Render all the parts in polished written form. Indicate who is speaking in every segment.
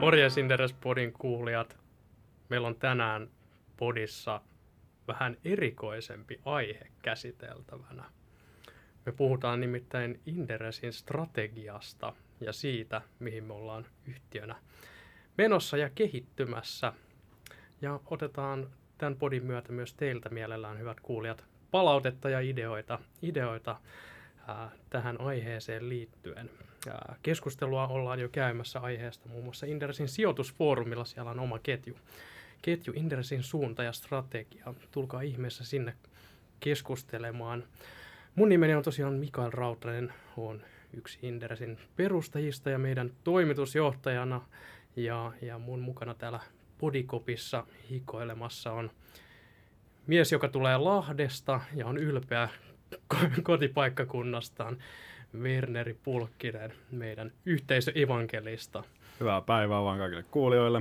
Speaker 1: Morjens Inderes-podin kuulijat. Meillä on tänään podissa vähän erikoisempi aihe käsiteltävänä. Me puhutaan nimittäin Inderesin strategiasta ja siitä, mihin me ollaan yhtiönä menossa ja kehittymässä. Ja otetaan tämän podin myötä myös teiltä mielellään, hyvät kuulijat, palautetta ja ideoita tähän aiheeseen liittyen. Keskustelua ollaan jo käymässä aiheesta muun muassa Inderesin sijoitusfoorumilla. Siellä on oma ketju Inderesin suunta ja strategia. Tulkaa ihmeessä sinne keskustelemaan. Mun nimeni on tosiaan Mikael Rautanen, olen yksi Inderesin perustajista ja meidän toimitusjohtajana. Ja mun mukana täällä podikopissa hikoilemassa on mies, joka tulee Lahdesta ja on ylpeä kotipaikkakunnastaan, Werneri Pulkkinen, meidän yhteisöevankelista.
Speaker 2: Hyvää päivää vaan kaikille kuulijoille.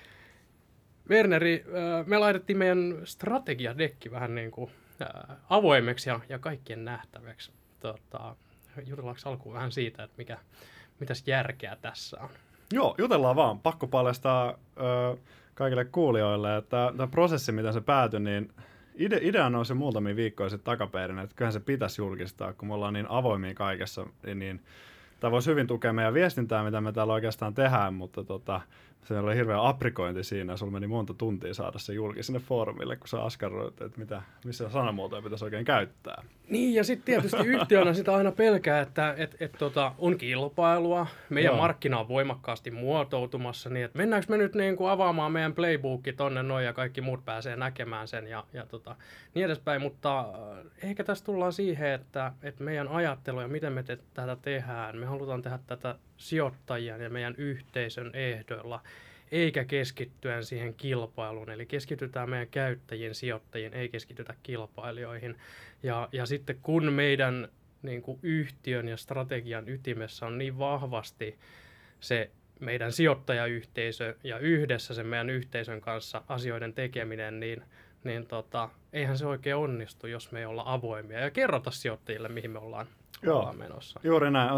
Speaker 1: Werneri, me laitettiin meidän strategiadekki vähän niin kuin avoimeksi ja kaikkien nähtäväksi. Jutellaanko alkuun vähän siitä, että mitäs järkeä tässä on?
Speaker 2: Joo, jutellaan vaan. Pakko paljastaa kaikille kuulijoille, että tämä prosessi, miten se päätyi, niin idea nousi muutamia viikkoja sitten takaperin, että kyllähän se pitäisi julkistaa, kun me ollaan niin avoimia kaikessa, niin tämä voisi hyvin tukea meidän viestintää, mitä me täällä oikeastaan tehdään, mutta se oli hirveä aprikointi siinä, ja sulla meni monta tuntia saada se julki sinne foorumille, kun sä askarroit, että missä sanamuotoja pitäisi oikein käyttää.
Speaker 1: Niin, ja sitten tietysti yhtiönä sitä aina pelkää, että on kilpailua, meidän markkina on voimakkaasti muotoutumassa, niin että mennäänkö me nyt niin kuin avaamaan meidän playbookki tonne noin, ja kaikki muut pääsee näkemään sen, ja niin edespäin, mutta ehkä tässä tullaan siihen, että meidän ajattelu ja miten me tätä tehdään, me halutaan tehdä tätä sijoittajien ja meidän yhteisön ehdoilla, eikä keskittyen siihen kilpailuun. Eli keskitytään meidän käyttäjiin, sijoittajiin, ei keskitytä kilpailijoihin. Ja sitten kun meidän niin kuin yhtiön ja strategian ytimessä on niin vahvasti se meidän sijoittajayhteisö ja yhdessä sen meidän yhteisön kanssa asioiden tekeminen, niin eihän se oikein onnistu, jos me ei olla avoimia ja kerrota sijoittajille, mihin me ollaan menossa.
Speaker 2: Juuri näin.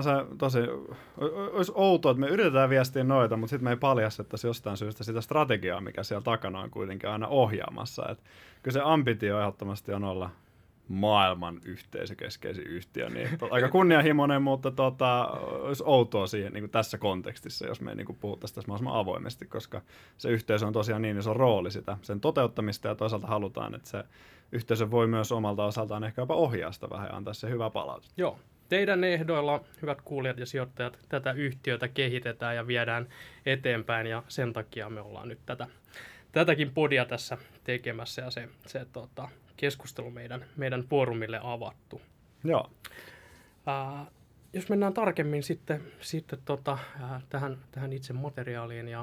Speaker 2: Olisi outoa, että me yritetään viestiä noita, mutta sitten me ei paljastettaisi jostain syystä sitä strategiaa, mikä siellä takana on kuitenkin aina ohjaamassa. Et kyllä se ambitio ehdottomasti on olla maailman yhteisökeskeisin yhtiö. Niin, aika kunnianhimoinen, mutta olisi outoa siihen, niin kuin tässä kontekstissa, jos me niin puhuttaisiin tässä mahdollisimman avoimesti, koska se yhteisö on tosiaan niin iso rooli sen toteuttamista, ja toisaalta halutaan, että se yhteisö voi myös omalta osaltaan ehkä jopa ohjaa sitä vähän ja antaa se hyvä palautetta.
Speaker 1: Joo. Teidän ehdoilla, hyvät kuulijat ja sijoittajat, tätä yhtiötä kehitetään ja viedään eteenpäin, ja sen takia me ollaan nyt tätäkin podia tässä tekemässä, ja se keskustelu meidän foorumille avattu.
Speaker 2: Joo.
Speaker 1: Jos mennään tarkemmin sitten tähän itse materiaaliin ja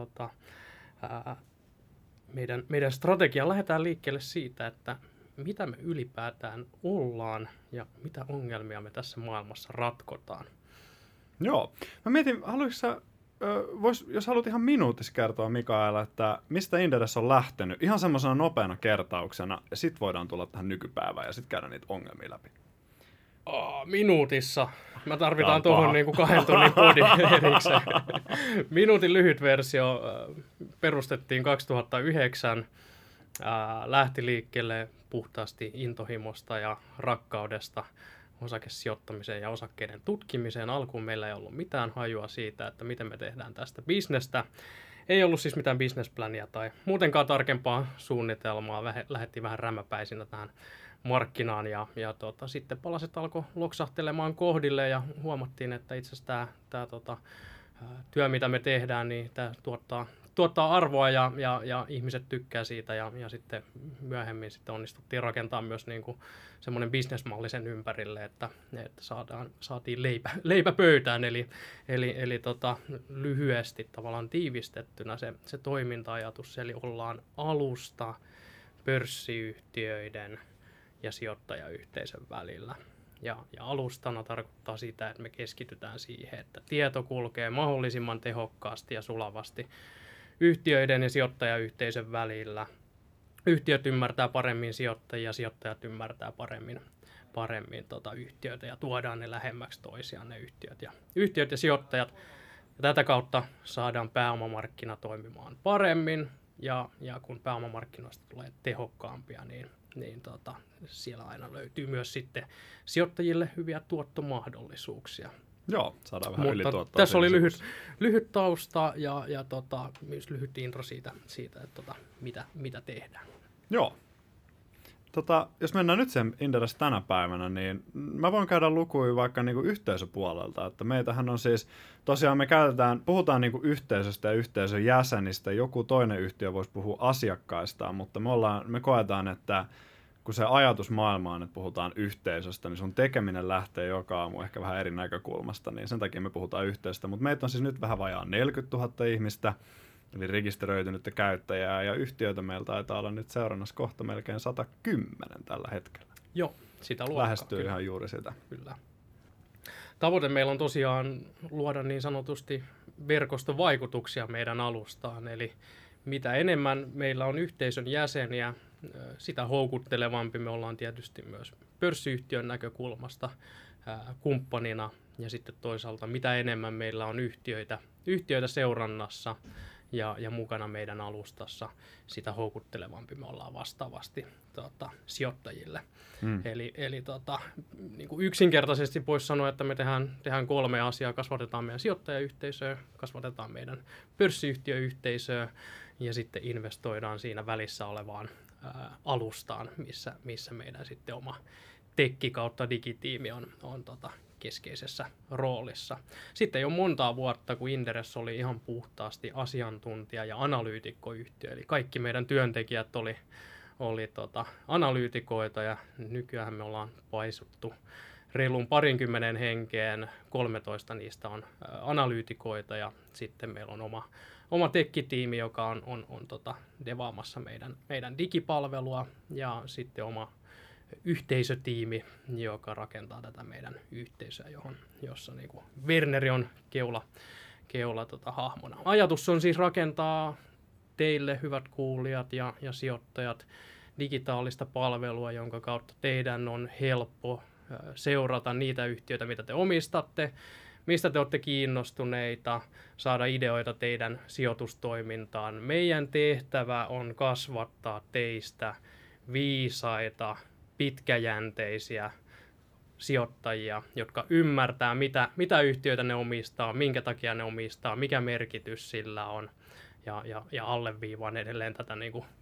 Speaker 1: meidän strategiaan, lähdetään liikkeelle siitä, että mitä me ylipäätään ollaan ja mitä ongelmia me tässä maailmassa ratkotaan.
Speaker 2: Joo. Mä mietin, jos haluat ihan minuutissa kertoa, Mikael, että mistä Inderes on lähtenyt, ihan semmoisena nopeana kertauksena, ja sitten voidaan tulla tähän nykypäivään ja sitten käydä niitä ongelmia läpi.
Speaker 1: Minuutissa. Mä tarvitaan tuohon niin kuin 2 tunnin podin erikseen. Minuutin lyhyt versio perustettiin 2009. Lähti liikkeelle puhtaasti intohimosta ja rakkaudesta osakesijoittamiseen ja osakkeiden tutkimiseen. Alkuun meillä ei ollut mitään hajua siitä, että miten me tehdään tästä bisnestä. Ei ollut siis mitään businessplania tai muutenkaan tarkempaa suunnitelmaa. Lähdettiin vähän rämäpäisinä tähän markkinaan ja sitten palaset alkoi loksahtelemaan kohdille ja huomattiin, että itse asiassa tämä työ, mitä me tehdään, niin tämä tuottaa arvoa ja ihmiset tykkää siitä ja sitten myöhemmin sitten onnistuttiin rakentamaan myös niin kuin semmoinen bisnesmalli sen ympärille, että saatiin leipä pöytään, eli lyhyesti tavallaan tiivistettynä se toiminta-ajatus, eli ollaan alusta pörssiyhtiöiden ja sijoittajayhteisön välillä. Ja alustana tarkoittaa sitä, että me keskitytään siihen, että tieto kulkee mahdollisimman tehokkaasti ja sulavasti yhtiöiden ja sijoittajayhteisön välillä. Yhtiöt ymmärtää paremmin sijoittajia, sijoittajat ymmärtää paremmin yhtiöitä ja tuodaan ne lähemmäksi toisiaan ne yhtiöt. Ja yhtiöt ja sijoittajat Ja tätä kautta saadaan pääomamarkkina toimimaan paremmin, ja kun pääomamarkkinoista tulee tehokkaampia, niin siellä aina löytyy myös sitten sijoittajille hyviä tuottomahdollisuuksia.
Speaker 2: Joo, saadaan vähän ylituottoa.
Speaker 1: Tässä oli lyhyt tausta ja myös lyhyt intro siitä että mitä tehdään.
Speaker 2: Joo. Jos mennään nyt sen Inderes tänä päivänä, niin mä voin käydä lukuja vaikka niinku yhteisöpuolelta, että meitähän on siis, tosiaan me puhutaan niinku yhteisöstä ja yhteisön jäsenistä, joku toinen yhtiö voisi puhua asiakkaistaan, mutta me koetaan, että kun se ajatusmaailma on, että puhutaan yhteisöstä, niin sun tekeminen lähtee joka aamu ehkä vähän eri näkökulmasta, niin sen takia me puhutaan yhteisöstä, mutta meitä on siis nyt vähän vajaa 40 000 ihmistä, eli rekisteröitynyttä käyttäjää, ja yhtiöitä meillä taitaa olla nyt seurannassa kohta melkein 110 tällä hetkellä.
Speaker 1: Joo, sitä luokkaa.
Speaker 2: Lähestyy
Speaker 1: kyllä.
Speaker 2: Ihan juuri sitä.
Speaker 1: Kyllä. Tavoite meillä on tosiaan luoda niin sanotusti verkostovaikutuksia meidän alustaan, eli mitä enemmän meillä on yhteisön jäseniä, sitä houkuttelevampi me ollaan tietysti myös pörssiyhtiön näkökulmasta kumppanina, ja sitten toisaalta mitä enemmän meillä on yhtiöitä seurannassa ja mukana meidän alustassa, sitä houkuttelevampi me ollaan vastaavasti sijoittajille. Eli niin kuin yksinkertaisesti voisi sanoa, että me tehdään 3 asiaa. Kasvatetaan meidän sijoittajayhteisöä, kasvatetaan meidän pörssiyhtiöyhteisöä ja sitten investoidaan siinä välissä olevaan alustaan, missä meidän sitten oma tekki kautta digitiimi on keskeisessä roolissa. Sitten ei ole montaa vuotta, kun Inderes oli ihan puhtaasti asiantuntija- ja analyytikkoyhtiö, eli kaikki meidän työntekijät oli analyytikoita, ja nykyään me ollaan paisuttu reilun 20 henkeen, 13 niistä on analyytikoita, ja sitten meillä on oma tekkitiimi, joka on devaamassa meidän digipalvelua, ja sitten oma yhteisötiimi, joka rakentaa tätä meidän yhteisöä, jossa niin kuin Werneri on keula hahmona. Ajatus on siis rakentaa teille, hyvät kuulijat ja sijoittajat, digitaalista palvelua, jonka kautta teidän on helppo seurata niitä yhtiöitä, mitä te omistatte, mistä te olette kiinnostuneita, saada ideoita teidän sijoitustoimintaan. Meidän tehtävä on kasvattaa teistä viisaita, pitkäjänteisiä sijoittajia, jotka ymmärtää, mitä yhtiöitä ne omistaa, minkä takia ne omistaa, mikä merkitys sillä on, ja alleviivaan edelleen tätä niin kuin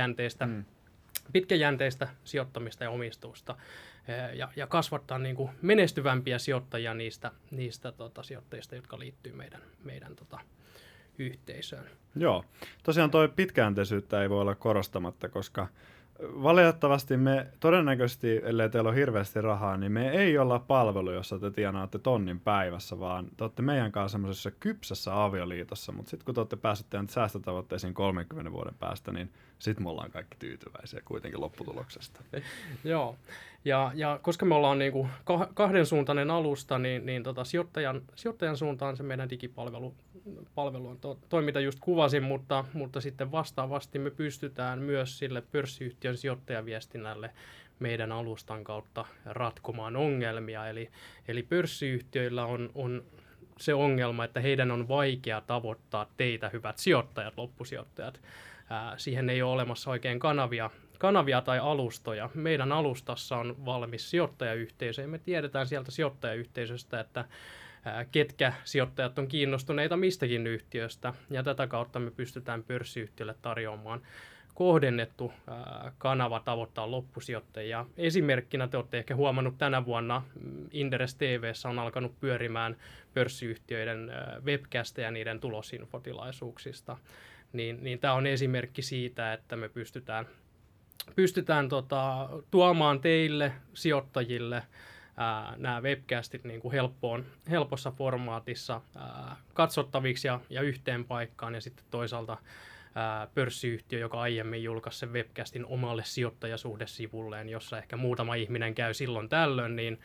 Speaker 1: pitkäjänteistä sijoittamista ja omistusta, ja kasvattaa niin kuin menestyvämpiä sijoittajia niistä sijoittajista, jotka liittyy meidän yhteisöön.
Speaker 2: Joo, tosiaan tuo pitkäjänteisyyttä ei voi olla korostamatta, koska valitettavasti me todennäköisesti, ellei teillä ole hirveästi rahaa, niin me ei olla palvelu, jossa te tienaatte 1,000 päivässä, vaan te olette meidän kanssa semmoisessa kypsässä avioliitossa, mutta sitten kun te olette päässeet teidän säästötavoitteisiin 30 vuoden päästä, niin sitten me ollaan kaikki tyytyväisiä kuitenkin lopputuloksesta.
Speaker 1: Joo, ja koska me ollaan niinku kahdensuuntainen alusta, niin sijoittajan suuntaan se meidän digipalvelu on toi, mitä just kuvasin, mutta sitten vastaavasti me pystytään myös sille pörssiyhtiön sijoittajaviestinnälle meidän alustan kautta ratkomaan ongelmia. Eli pörssiyhtiöillä on se ongelma, että heidän on vaikea tavoittaa teitä, hyvät sijoittajat, loppusijoittajat. Siihen ei ole olemassa oikein kanavia tai alustoja. Meidän alustassa on valmis sijoittajayhteisö, ja me tiedetään sieltä sijoittajayhteisöstä, että ketkä sijoittajat on kiinnostuneita mistäkin yhtiöstä, ja tätä kautta me pystytään pörssiyhtiölle tarjoamaan kohdennettu kanava tavoittaa loppusijoittajia. Esimerkkinä te olette ehkä huomannut tänä vuonna Inderes TV:ssä on alkanut pyörimään pörssiyhtiöiden webcasteja niiden tulosinfotilaisuuksista. Niin tämä on esimerkki siitä, että me pystytään tuomaan teille sijoittajille nämä webcastit niin kuin helpossa formaatissa katsottaviksi ja yhteen paikkaan, ja sitten toisaalta pörssiyhtiö, joka aiemmin julkaisi sen webcastin omalle sijoittajasuhdesivulleen, jossa ehkä muutama ihminen käy silloin tällöin, niin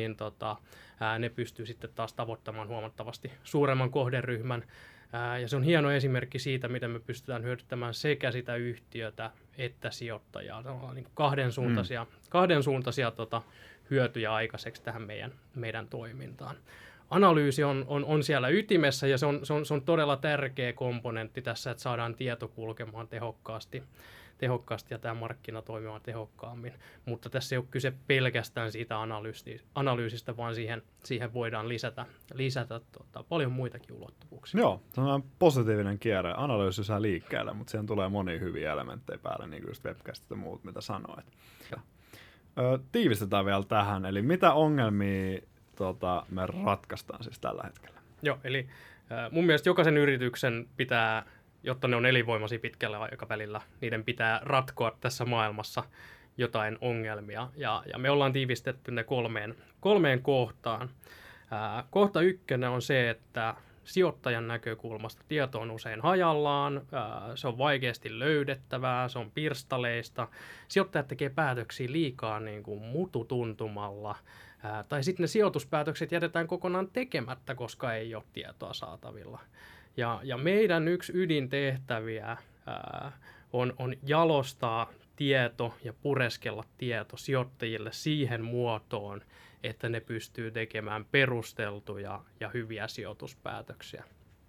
Speaker 1: ne pystyy sitten taas tavoittamaan huomattavasti suuremman kohderyhmän. Ja se on hieno esimerkki siitä, miten me pystytään hyödyttämään sekä sitä yhtiötä että sijoittajaa. Niin kahdensuuntaisia hyötyjä aikaiseksi tähän meidän toimintaan. analyysi on siellä ytimessä ja se on todella tärkeä komponentti tässä, että saadaan tieto kulkemaan tehokkaasti ja tämä markkina toimimaan tehokkaammin. Mutta tässä ei ole kyse pelkästään siitä analyysistä, vaan siihen voidaan lisätä paljon muitakin ulottuvuuksia.
Speaker 2: Joo, se on positiivinen kierre. Analyysi saa liikkeelle, mutta siihen tulee monia hyviä elementtejä päälle, niin kuin just webcastit ja muut, mitä sanoit. Tiivistetään vielä tähän, eli mitä ongelmia me ratkaistaan siis tällä hetkellä?
Speaker 1: Joo, eli mun mielestä jokaisen yrityksen pitää, jotta ne on elinvoimaisia pitkällä aikavälillä, niiden pitää ratkoa tässä maailmassa jotain ongelmia. Ja me ollaan tiivistetty ne kolmeen kohtaan. Kohta 1 on se, että sijoittajan näkökulmasta tieto on usein hajallaan, se on vaikeasti löydettävää, se on pirstaleista. Sijoittajat tekee päätöksiä liikaa niin kuin mututuntumalla, tai sitten ne sijoituspäätökset jätetään kokonaan tekemättä, koska ei ole tietoa saatavilla. Ja meidän yksi ydintehtäviä on jalostaa tieto ja pureskella tieto sijoittajille siihen muotoon, että ne pystyy tekemään perusteltuja ja hyviä sijoituspäätöksiä.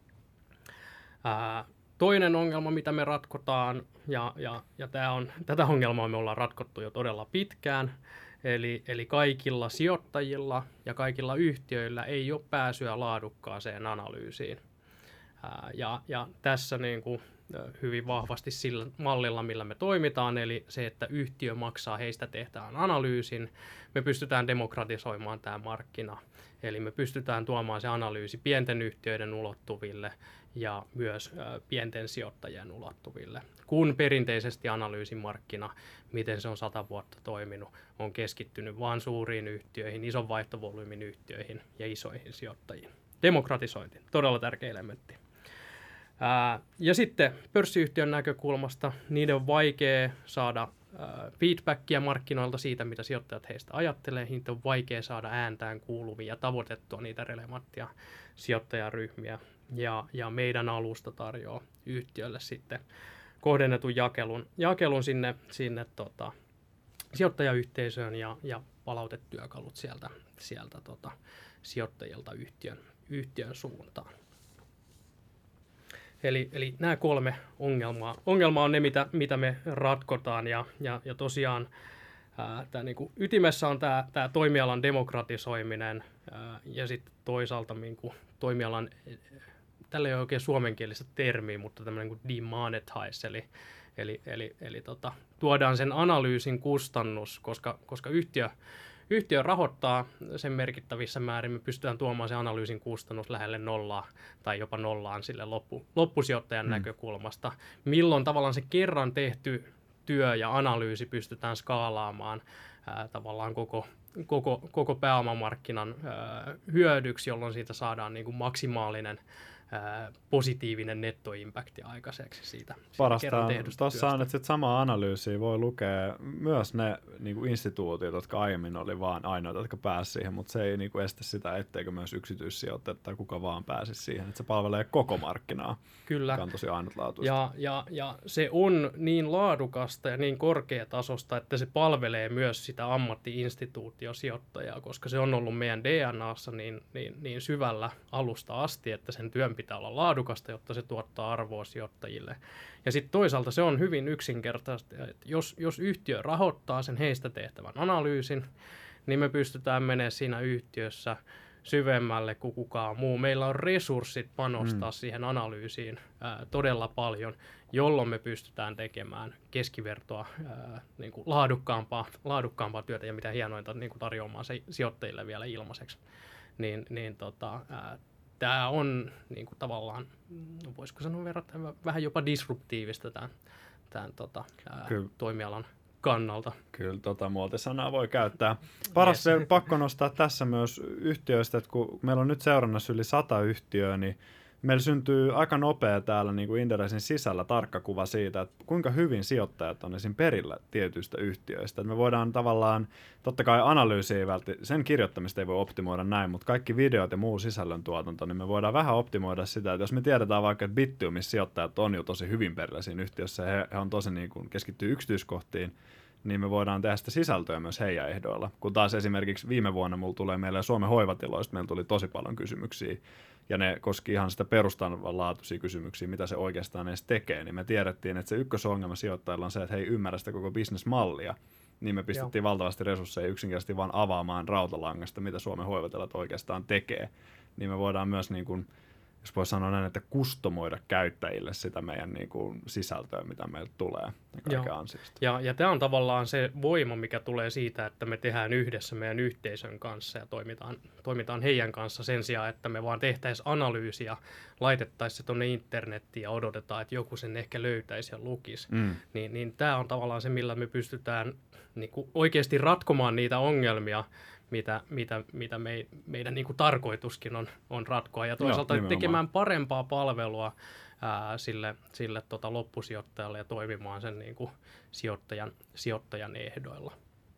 Speaker 1: Toinen ongelma, mitä me ratkotaan, ja tätä ongelmaa me ollaan ratkottu jo todella pitkään, eli kaikilla sijoittajilla ja kaikilla yhtiöillä ei ole pääsyä laadukkaaseen analyysiin. Ja tässä niin kuin hyvin vahvasti sillä mallilla, millä me toimitaan, eli se, että yhtiö maksaa heistä tehtävän analyysin, me pystytään demokratisoimaan tämä markkina, eli me pystytään tuomaan se analyysi pienten yhtiöiden ulottuville ja myös pienten sijoittajien ulottuville. Kun perinteisesti analyysimarkkina, miten se on 100 vuotta toiminut, on keskittynyt vain suuriin yhtiöihin, ison vaihtovolyymin yhtiöihin ja isoihin sijoittajiin. Demokratisointi, todella tärkeä elementti. Ja sitten pörssiyhtiön näkökulmasta niiden on vaikea saada feedbackia markkinoilta siitä, mitä sijoittajat heistä ajattelee. Niitä on vaikea saada ääntään kuuluvia ja tavoitettua niitä relevanttia sijoittajaryhmiä. Ja meidän alusta tarjoaa yhtiölle sitten kohdennetun jakelun sinne sijoittajayhteisöön ja palautetyökalut sieltä sijoittajilta yhtiön suuntaan. Eli nämä 3 ongelmaa on ne, mitä me ratkotaan, ja tosiaan tämä niinku ytimessä on tämä toimialan demokratisoiminen, ja sitten toisaalta niinku toimialan, tällä ei ole oikein suomenkielistä termiä, mutta tämmöinen niinku demonetize, eli tuodaan sen analyysin kustannus, koska yhtiö rahoittaa sen merkittävissä määrin, me pystytään tuomaan se analyysin kustannus lähelle nollaa tai jopa nollaan sille loppusijoittajan näkökulmasta. Milloin tavallaan se kerran tehty työ ja analyysi pystytään skaalaamaan tavallaan koko pääomamarkkinan hyödyksi, jolloin siitä saadaan niin kuin maksimaalinen positiivinen nettoimpakti aikaiseksi siitä
Speaker 2: parasta tuossa on, että samaa analyysiä voi lukea myös ne niin kuin instituutiot, jotka aiemmin oli vaan ainoita, jotka pääsivät siihen, mutta se ei niin kuin estä sitä, etteikö myös yksityissijoittajat tai kuka vaan pääsisi siihen, että se palvelee koko markkinaa.
Speaker 1: Kyllä.
Speaker 2: Joka on tosi ainutlaatuista.
Speaker 1: Ja se on niin laadukasta ja niin korkeatasosta, että se palvelee myös sitä ammatti-instituutiosijoittajaa, koska se on ollut meidän DNAssa niin syvällä alusta asti, että sen työn pitää olla laadukasta, jotta se tuottaa arvoa sijoittajille. Ja sitten toisaalta se on hyvin yksinkertaista, että jos yhtiö rahoittaa sen heistä tehtävän analyysin, niin me pystytään menemään siinä yhtiössä syvemmälle kuin kukaan muu. Meillä on resurssit panostaa siihen analyysiin todella paljon, jolloin me pystytään tekemään keskivertoa niin kuin laadukkaampaa työtä ja mitä hienointa niin kuin tarjoamaan se sijoittajille vielä ilmaiseksi. Tämä on niin kuin tavallaan, voisiko sanoa verrattuna vähän jopa disruptiivista tämän toimialan kannalta.
Speaker 2: Kyllä, muotisanaa voi käyttää. Paras vielä pakko nostaa tässä myös yhtiöistä, että kun meillä on nyt seurannassa yli 100 yhtiöä, niin meillä syntyy aika nopea täällä niin kuin Inderesin sisällä tarkka kuva siitä, että kuinka hyvin sijoittajat on esim. Perillä tietyistä yhtiöistä. Että me voidaan tavallaan, totta kai analyysiä sen kirjoittamista ei voi optimoida näin, mutta kaikki videot ja muu sisällöntuotanto, niin me voidaan vähän optimoida sitä, että jos me tiedetään vaikka, että Bittiumissa sijoittajat on jo tosi hyvin perillä siinä yhtiössä, he on tosi niin kuin keskittyy yksityiskohtiin, niin me voidaan tehdä sitä sisältöä myös heidän ehdoilla. Kun taas esimerkiksi viime vuonna mulla tulee meille Suomen hoivatiloista, meillä tuli tosi paljon kysymyksiä, ja ne koski ihan sitä perustavanlaatuisia kysymyksiä, mitä se oikeastaan edes tekee, niin me tiedettiin, että se ykkösongelma sijoittajilla on se, että he ei ymmärrä sitä koko bisnesmallia, niin me pistettiin valtavasti resursseja yksinkertaisesti vaan avaamaan rautalangasta, mitä Suomen hoivatilat oikeastaan tekee, niin me voidaan myös niin kuin, jos voi sanoa näin, että kustomoida käyttäjille sitä meidän niin kuin sisältöä, mitä meiltä tulee ja kaiken ansiosta.
Speaker 1: Ja tämä on tavallaan se voima, mikä tulee siitä, että me tehdään yhdessä meidän yhteisön kanssa ja toimitaan heidän kanssa sen sijaan, että me vaan tehtäisiin analyysiä, laitettaisiin se tuonne internettiin ja odotetaan, että joku sen ehkä löytäisi ja lukisi. Niin tämä on tavallaan se, millä me pystytään niin kuin oikeasti ratkomaan niitä ongelmia, mitä meidän niin kuin tarkoituskin on ratkoa, ja toisaalta tekemään parempaa palvelua sille loppusijoittajalle ja toimimaan sen niin kuin sijoittajan ehdoilla.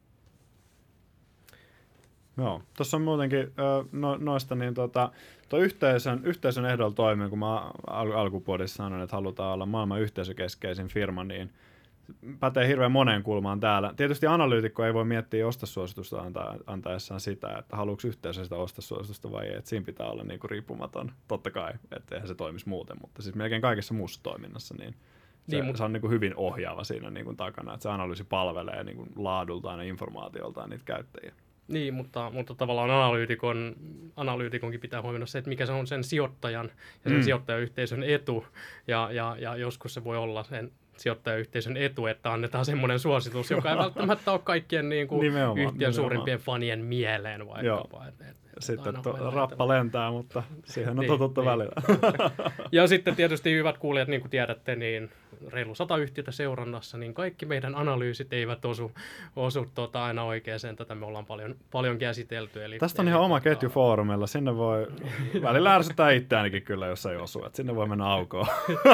Speaker 2: Joo, tuossa on muutenkin noista niin yhteisön ehdolla toimii, kun mä alkupuolissa sanoin, että halutaan olla maailman yhteisökeskeisin firma, niin pätee hirveän moneen kulmaan täällä. Tietysti analyytikko ei voi miettiä ostosuositusta antaessaan sitä, että haluatko yhteisö sitä ostosuositusta vai ei. Että siinä pitää olla niinku riippumaton, totta kai, että eihän se toimisi muuten. Mutta siis melkein kaikessa muussa toiminnassa niin se on niinku hyvin ohjaava siinä niinku takana, että se analyysi palvelee niinku laadultaan ja informaatioltaan niitä käyttäjiä.
Speaker 1: Niin, mutta tavallaan analyytikonkin pitää huomioida se, että mikä se on sen sijoittajan ja sen sijoittajayhteisön etu, ja joskus se voi olla sen sijoittajayhteisön etu, että annetaan semmoinen suositus, joka ei välttämättä ole kaikkien niin kuin yhtiön suurimpien fanien mieleen vaikkapa.
Speaker 2: Sitten rappa lentää, mutta siihen on totuttu välillä.
Speaker 1: Ja sitten tietysti hyvät kuulijat, niin kuin tiedätte, niin reilu 100 yhtiötä seurannassa, niin kaikki meidän analyysit eivät osu aina oikeaan. Tätä me ollaan paljon käsitelty.
Speaker 2: Tästä on ihan oma ketju foorumilla. Sinne voi välillä ärsyttää itseäänkin kyllä, jos ei osu. Että sinne voi mennä aukoon.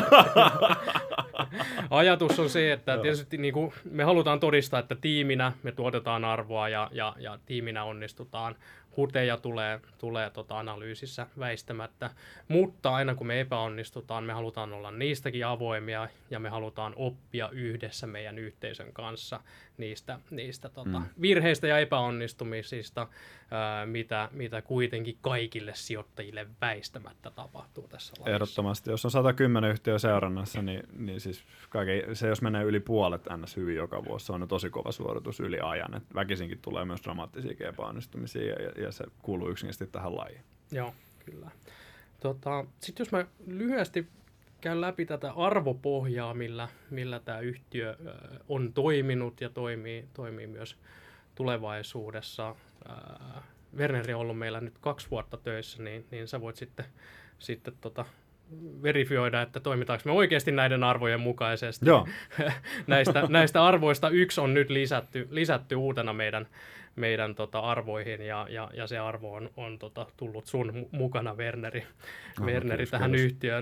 Speaker 1: Ajatus on se, että tietysti niin kuin me halutaan todistaa, että tiiminä me tuotetaan arvoa ja tiiminä onnistutaan. Huteja tulee analyysissä väistämättä, mutta aina kun me epäonnistutaan, me halutaan olla niistäkin avoimia ja me halutaan oppia yhdessä meidän yhteisön kanssa niistä virheistä ja epäonnistumisista, mitä kuitenkin kaikille sijoittajille väistämättä tapahtuu tässä lajissa.
Speaker 2: Ehdottomasti. Jos on 110 yhtiöä seurannassa, niin siis se jos menee yli puolet ns. Hyvin joka vuosi, se on tosi kova suoritus yli ajan. Et väkisinkin tulee myös dramaattisia epäonnistumisia ja se kuuluu yksinkertaisesti tähän lajiin.
Speaker 1: Joo, kyllä. Sitten jos mä lyhyesti käyn läpi tätä arvopohjaa, millä tämä yhtiö on toiminut ja toimii myös tulevaisuudessa. Werneri on ollut meillä nyt 2 vuotta töissä, niin sä voit sitten verifioida, että toimitaanko me oikeasti näiden arvojen mukaisesti.
Speaker 2: Joo.
Speaker 1: Näistä arvoista 1 on nyt lisätty uutena meidän arvoihin, ja se arvo on tullut sun mukana, Werneri tähän yhtiöön.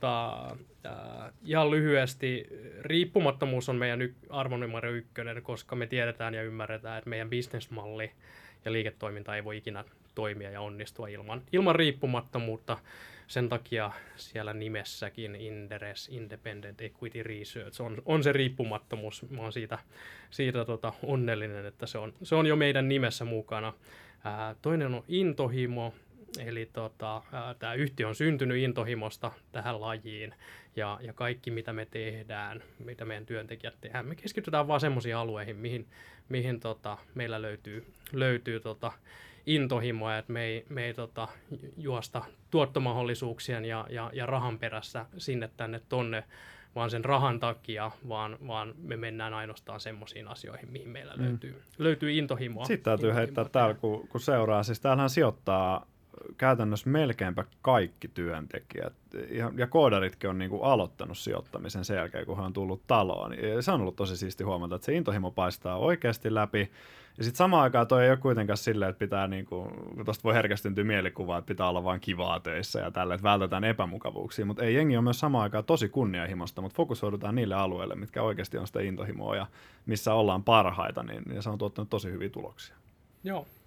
Speaker 1: Ihan lyhyesti, riippumattomuus on meidän arvo numero 1, koska me tiedetään ja ymmärretään, että meidän bisnesmalli ja liiketoiminta ei voi ikinä toimia ja onnistua ilman riippumattomuutta. Sen takia siellä nimessäkin Inderes, Independent Equity Research, on se riippumattomuus. Mä oon siitä onnellinen, että se on jo meidän nimessä mukana. Toinen on intohimo, eli tämä yhtiö on syntynyt intohimosta tähän lajiin, ja kaikki mitä me tehdään, mitä meidän työntekijät tehdään, me keskitytään vaan semmoisiin alueihin, mihin meillä löytyy intohimoa, että me ei juosta tuottomahdollisuuksien ja rahan perässä sinne tänne tonne, vaan sen rahan takia, vaan me mennään ainoastaan semmoisiin asioihin, mihin meillä löytyy intohimoa.
Speaker 2: Sitten täytyy heittää täällä, kun seuraa. Siis täällähän sijoittaa käytännössä melkeinpä kaikki työntekijät, ja koodaritkin on niin kuin aloittanut sijoittamisen sen jälkeen, kun he on tullut taloon. Ja se on ollut tosi siisti huomata, että se intohimo paistaa oikeasti läpi. Ja sitten samaan aikaan toi ei ole kuitenkaan silleen, että pitää, niin kuin, tuosta voi herkästyntyä mielikuvaa, että pitää olla vain kivaa töissä ja tällä, että vältetään epämukavuuksia. Mutta ei, jengi on myös samaan aikaan tosi kunnianhimosta, mutta fokusoidutaan niille alueille, mitkä oikeasti on sitä intohimoa ja missä ollaan parhaita, niin se on tuottanut tosi hyviä tuloksia.
Speaker 1: Joo,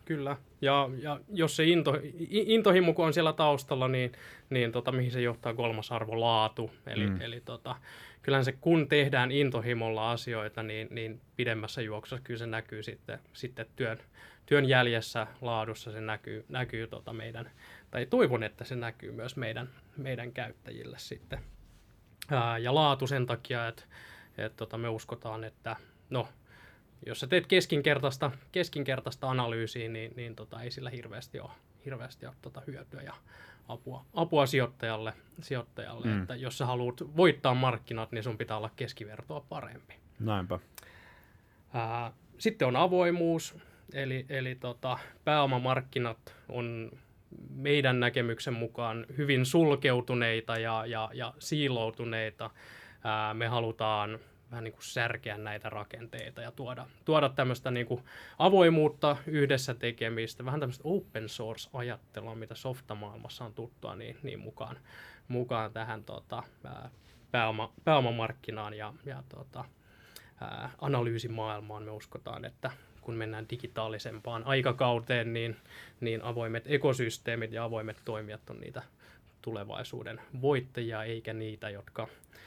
Speaker 1: Kyllä. Ja jos se intohimo kun on siellä taustalla, niin mihin se johtaa kolmas arvo, laatu. Eli kyllähän se, kun tehdään intohimolla asioita, niin pidemmässä juoksussa kyllä se näkyy sitten työn jäljessä, laadussa se näkyy meidän, tai toivon, että se näkyy myös meidän käyttäjille sitten. Ja laatu sen takia, että me uskotaan, että jos sä teet keskinkertaista analyysiä, niin ei sillä hirveästi ole hyötyä ja apua sijoittajalle. Että jos sä haluat voittaa markkinat, niin sun pitää olla keskivertoa parempi.
Speaker 2: Näinpä.
Speaker 1: Sitten on avoimuus, eli pääomamarkkinat on meidän näkemyksen mukaan hyvin sulkeutuneita ja siiloutuneita. Me halutaan vähän niin kuin särkeä näitä rakenteita ja tuoda tämmöistä niin kuin avoimuutta, yhdessä tekemistä, vähän tämmöistä open source-ajattelua, mitä softamaailmassa on tuttua, niin mukaan tähän pääomamarkkinaan ja analyysimaailmaan. Me uskotaan, että kun mennään digitaalisempaan aikakauteen, niin avoimet ekosysteemit ja avoimet toimijat on niitä tulevaisuuden voittajia, eikä niitä, jotka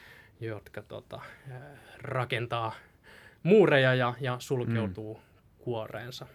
Speaker 1: rakentaa muureja ja sulkeutuu kuoreensa.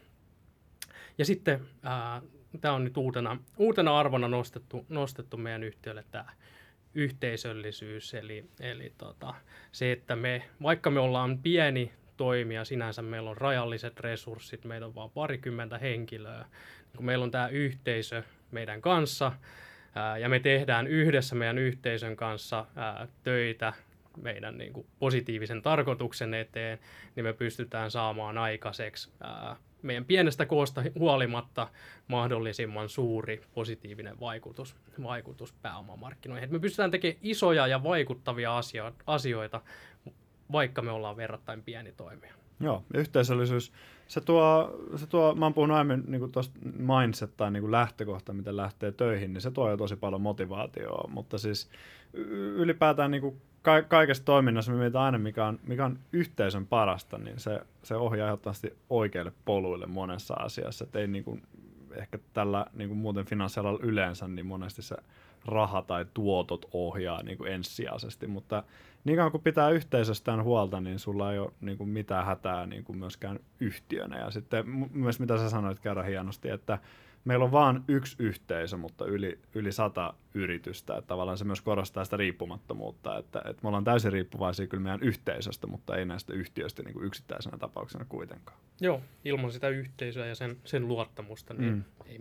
Speaker 1: Ja sitten tämä on nyt uutena arvona nostettu meidän yhtiölle tämä yhteisöllisyys, eli se, että vaikka me ollaan pieni toimija, sinänsä meillä on rajalliset resurssit, meitä on vain parikymmentä henkilöä, kun meillä on tämä yhteisö meidän kanssa, ja me tehdään yhdessä meidän yhteisön kanssa töitä meidän niin kuin positiivisen tarkoituksen eteen, niin me pystytään saamaan aikaiseksi meidän pienestä koosta huolimatta mahdollisimman suuri positiivinen vaikutus pääomamarkkinoihin. Et me pystytään tekemään isoja ja vaikuttavia asioita, vaikka me ollaan verrattain pieni toimija.
Speaker 2: Joo, yhteisöllisyys, se tuo, mä oon puhunut aiemmin niin tuosta mindset tai niin lähtökohta, miten lähtee töihin, niin se tuo jo tosi paljon motivaatiota, mutta siis ylipäätään niin kaikessa toiminnassa me mietitään aina, mikä on yhteisön parasta, niin se ohjaa ehdottomasti oikeille poluille monessa asiassa, että ei niin kuin, ehkä tällä niin kuin muuten finanssialalla yleensä, niin monesti se raha tai tuotot ohjaa niin kuin ensisijaisesti, mutta niin kauan kun pitää yhteisöstään huolta, niin sulla ei ole niin kuin mitään hätää niin kuin myöskään yhtiönä. Ja sitten myös mitä sä sanoit kerran hienosti, että meillä on vain yksi yhteisö, mutta yli 100 yritystä. Että tavallaan se myös korostaa sitä riippumattomuutta, että me ollaan täysin riippuvaisia kyllä meidän yhteisöstä, mutta ei näistä yhtiöistä niin kuin yksittäisenä tapauksena kuitenkaan.
Speaker 1: Joo, ilman sitä yhteisöä ja sen luottamusta, niin ei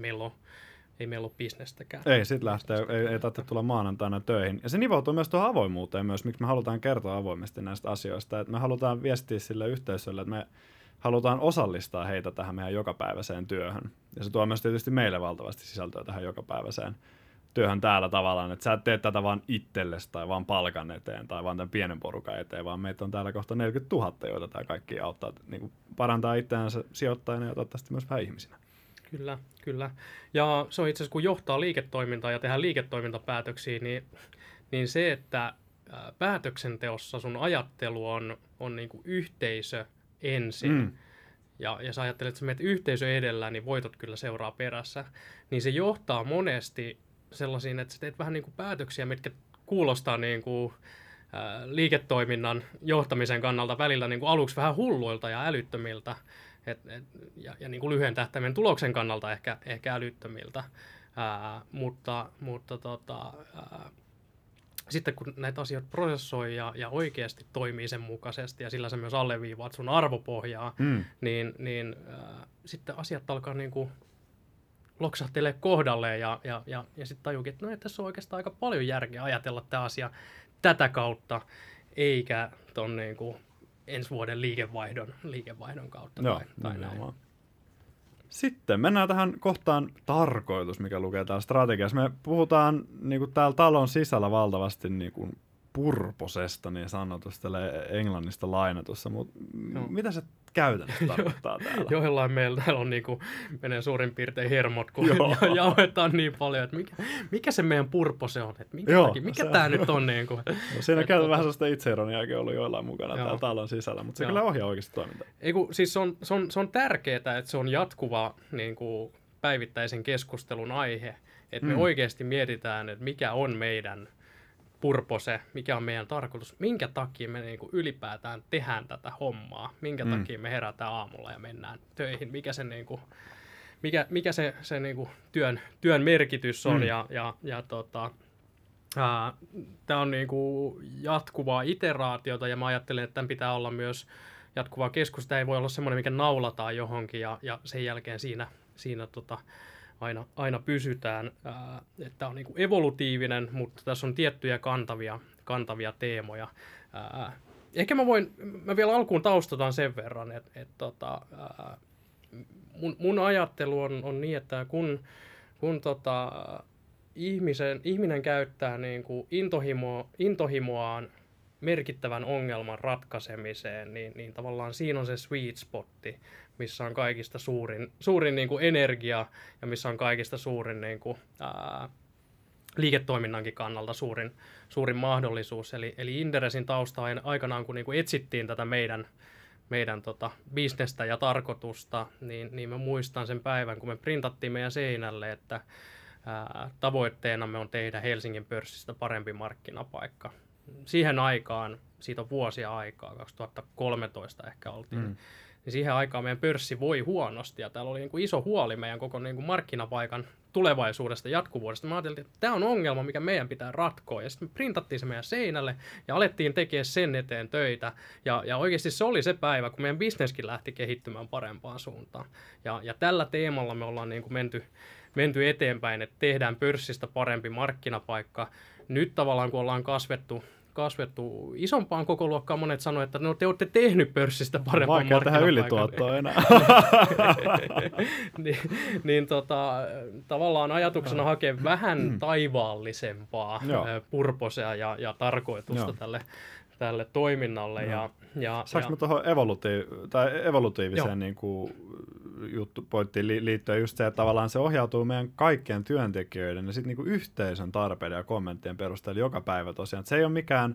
Speaker 1: meillä ole bisnestäkään.
Speaker 2: Ei, sit lähtee, ei tarvitse tulla maanantaina töihin. Ja se nivoutuu myös tuohon avoimuuteen myös, miksi me halutaan kertoa avoimesti näistä asioista. Että me halutaan viestiä sille yhteisölle, että me halutaan osallistaa heitä tähän meidän jokapäiväiseen työhön. Ja se tuo myös tietysti meille valtavasti sisältöä tähän jokapäiväiseen työhön täällä tavallaan, että sä et tee tätä vaan itsellesi tai vaan palkan eteen tai vaan tämän pienen porukan eteen, vaan meitä on täällä kohta 40 000, joita tämä kaikki auttaa niin kuin parantaa itseänsä sijoittajana ja toivottavasti myös vähän ihmisinä.
Speaker 1: Kyllä. Ja se on itse asiassa, kun johtaa liiketoimintaa ja tehdään liiketoimintapäätöksiä, niin se, että päätöksenteossa sun ajattelu on niin kuin yhteisö ensin, ja sä ajattelet, että sä menet yhteisö edellä, niin voitot kyllä seuraa perässä, niin se johtaa monesti sellaisiin, että sä teet vähän niin kuin päätöksiä, mitkä kuulostaa niin kuin liiketoiminnan johtamisen kannalta välillä niin kuin aluksi vähän hulluilta ja älyttömiltä, ja niin kuin lyhyen tähtäimen tuloksen kannalta ehkä älyttömiltä, mutta sitten kun näitä asioita prosessoi ja oikeasti toimii sen mukaisesti ja sillä sä myös alleviivaat sun arvopohjaa, niin sitten asiat alkaa niin kuin loksahtelee kohdalleen ja sitten tajuukin, että tässä on oikeastaan aika paljon järkeä ajatella tämä asia tätä kautta, eikä ton niin kuin ensi vuoden liikevaihdon kautta.
Speaker 2: Joo,
Speaker 1: tai näin.
Speaker 2: Sitten mennään tähän kohtaan tarkoitus, mikä lukee täällä strategiassa. Me puhutaan niin kuin täällä talon sisällä valtavasti niin kuin purposesta niin sanotusta englannista lainatussa, mutta mitä se käytännössä tarkoittaa täällä?
Speaker 1: Joillain meillä täällä on niinku, menee suurin piirtein hermot, kun jauhetaan niin paljon, että mikä se meidän purpose on, että mikä tämä nyt on. Niinku.
Speaker 2: No, siinä on vähän sellaista itseironiaakin ollut joillain mukana täällä talon sisällä, mutta se kyllä ohjaa oikeasti toimintaa.
Speaker 1: Siis se on tärkeää, että se on jatkuva niinku, päivittäisen keskustelun aihe, että me oikeasti mietitään, että mikä on meidän purpose, mikä on meidän tarkoitus, minkä takia me niinku ylipäätään tehdään tätä hommaa, minkä takia me herätään aamulla ja mennään töihin, mikä se niinku työn merkitys on tämä on niinku jatkuvaa iteraatiota ja mä ajattelen, että tämän pitää olla myös jatkuvaa keskustelua, ei voi olla semmoinen, mikä naulataan johonkin ja sen jälkeen siinä aina pysytään. Että on niinku evolutiivinen, mutta tässä on tiettyjä kantavia teemoja. Ehkä mä vielä alkuun taustataan sen verran, että mun ajattelu on niin, että kun ihminen käyttää niinku intohimoaan merkittävän ongelman ratkaisemiseen, niin tavallaan siinä on se sweet spotti, missä on kaikista suurin niin kuin energia ja missä on kaikista suurin niin kuin, liiketoiminnankin kannalta suurin mahdollisuus. Eli Inderesin tausta aikanaan, kun niin kuin etsittiin tätä meidän bisnestä ja tarkoitusta, niin mä muistan sen päivän, kun me printattiin meidän seinälle, että tavoitteenamme on tehdä Helsingin pörssistä parempi markkinapaikka. Siihen aikaan, siitä on vuosia aikaa, 2013 ehkä oltiin, niin siihen aikaan meidän pörssi voi huonosti ja täällä oli niin kuin iso huoli meidän koko niin kuin markkinapaikan tulevaisuudesta, jatkuvuudesta. Mä ajattelin, että tämä on ongelma, mikä meidän pitää ratkoa. Ja sitten me printattiin se meidän seinälle ja alettiin tekemään sen eteen töitä. Ja oikeasti se oli se päivä, kun meidän bisneskin lähti kehittymään parempaan suuntaan. Ja tällä teemalla me ollaan niin kuin menty eteenpäin, että tehdään pörssistä parempi markkinapaikka. Nyt tavallaan, kun ollaan kasvettu isompaan kokoluokkaan, monet sanoivat, että no te olette tehnyt pörssistä parempaa markkinapaikan.
Speaker 2: Vaikea tehdä ylituottoa enää.
Speaker 1: Tavallaan ajatuksena hakea vähän taivaallisempaa purposea ja tarkoitusta tälle toiminnalle.
Speaker 2: Saanko mä tuohon evolutiiviseen niin kuin pointtiin liittyen just se, että tavallaan se ohjautuu meidän kaikkien työntekijöiden ja sitten niin kuin yhteisön tarpeiden ja kommenttien perusteella joka päivä tosiaan. Se ei ole mikään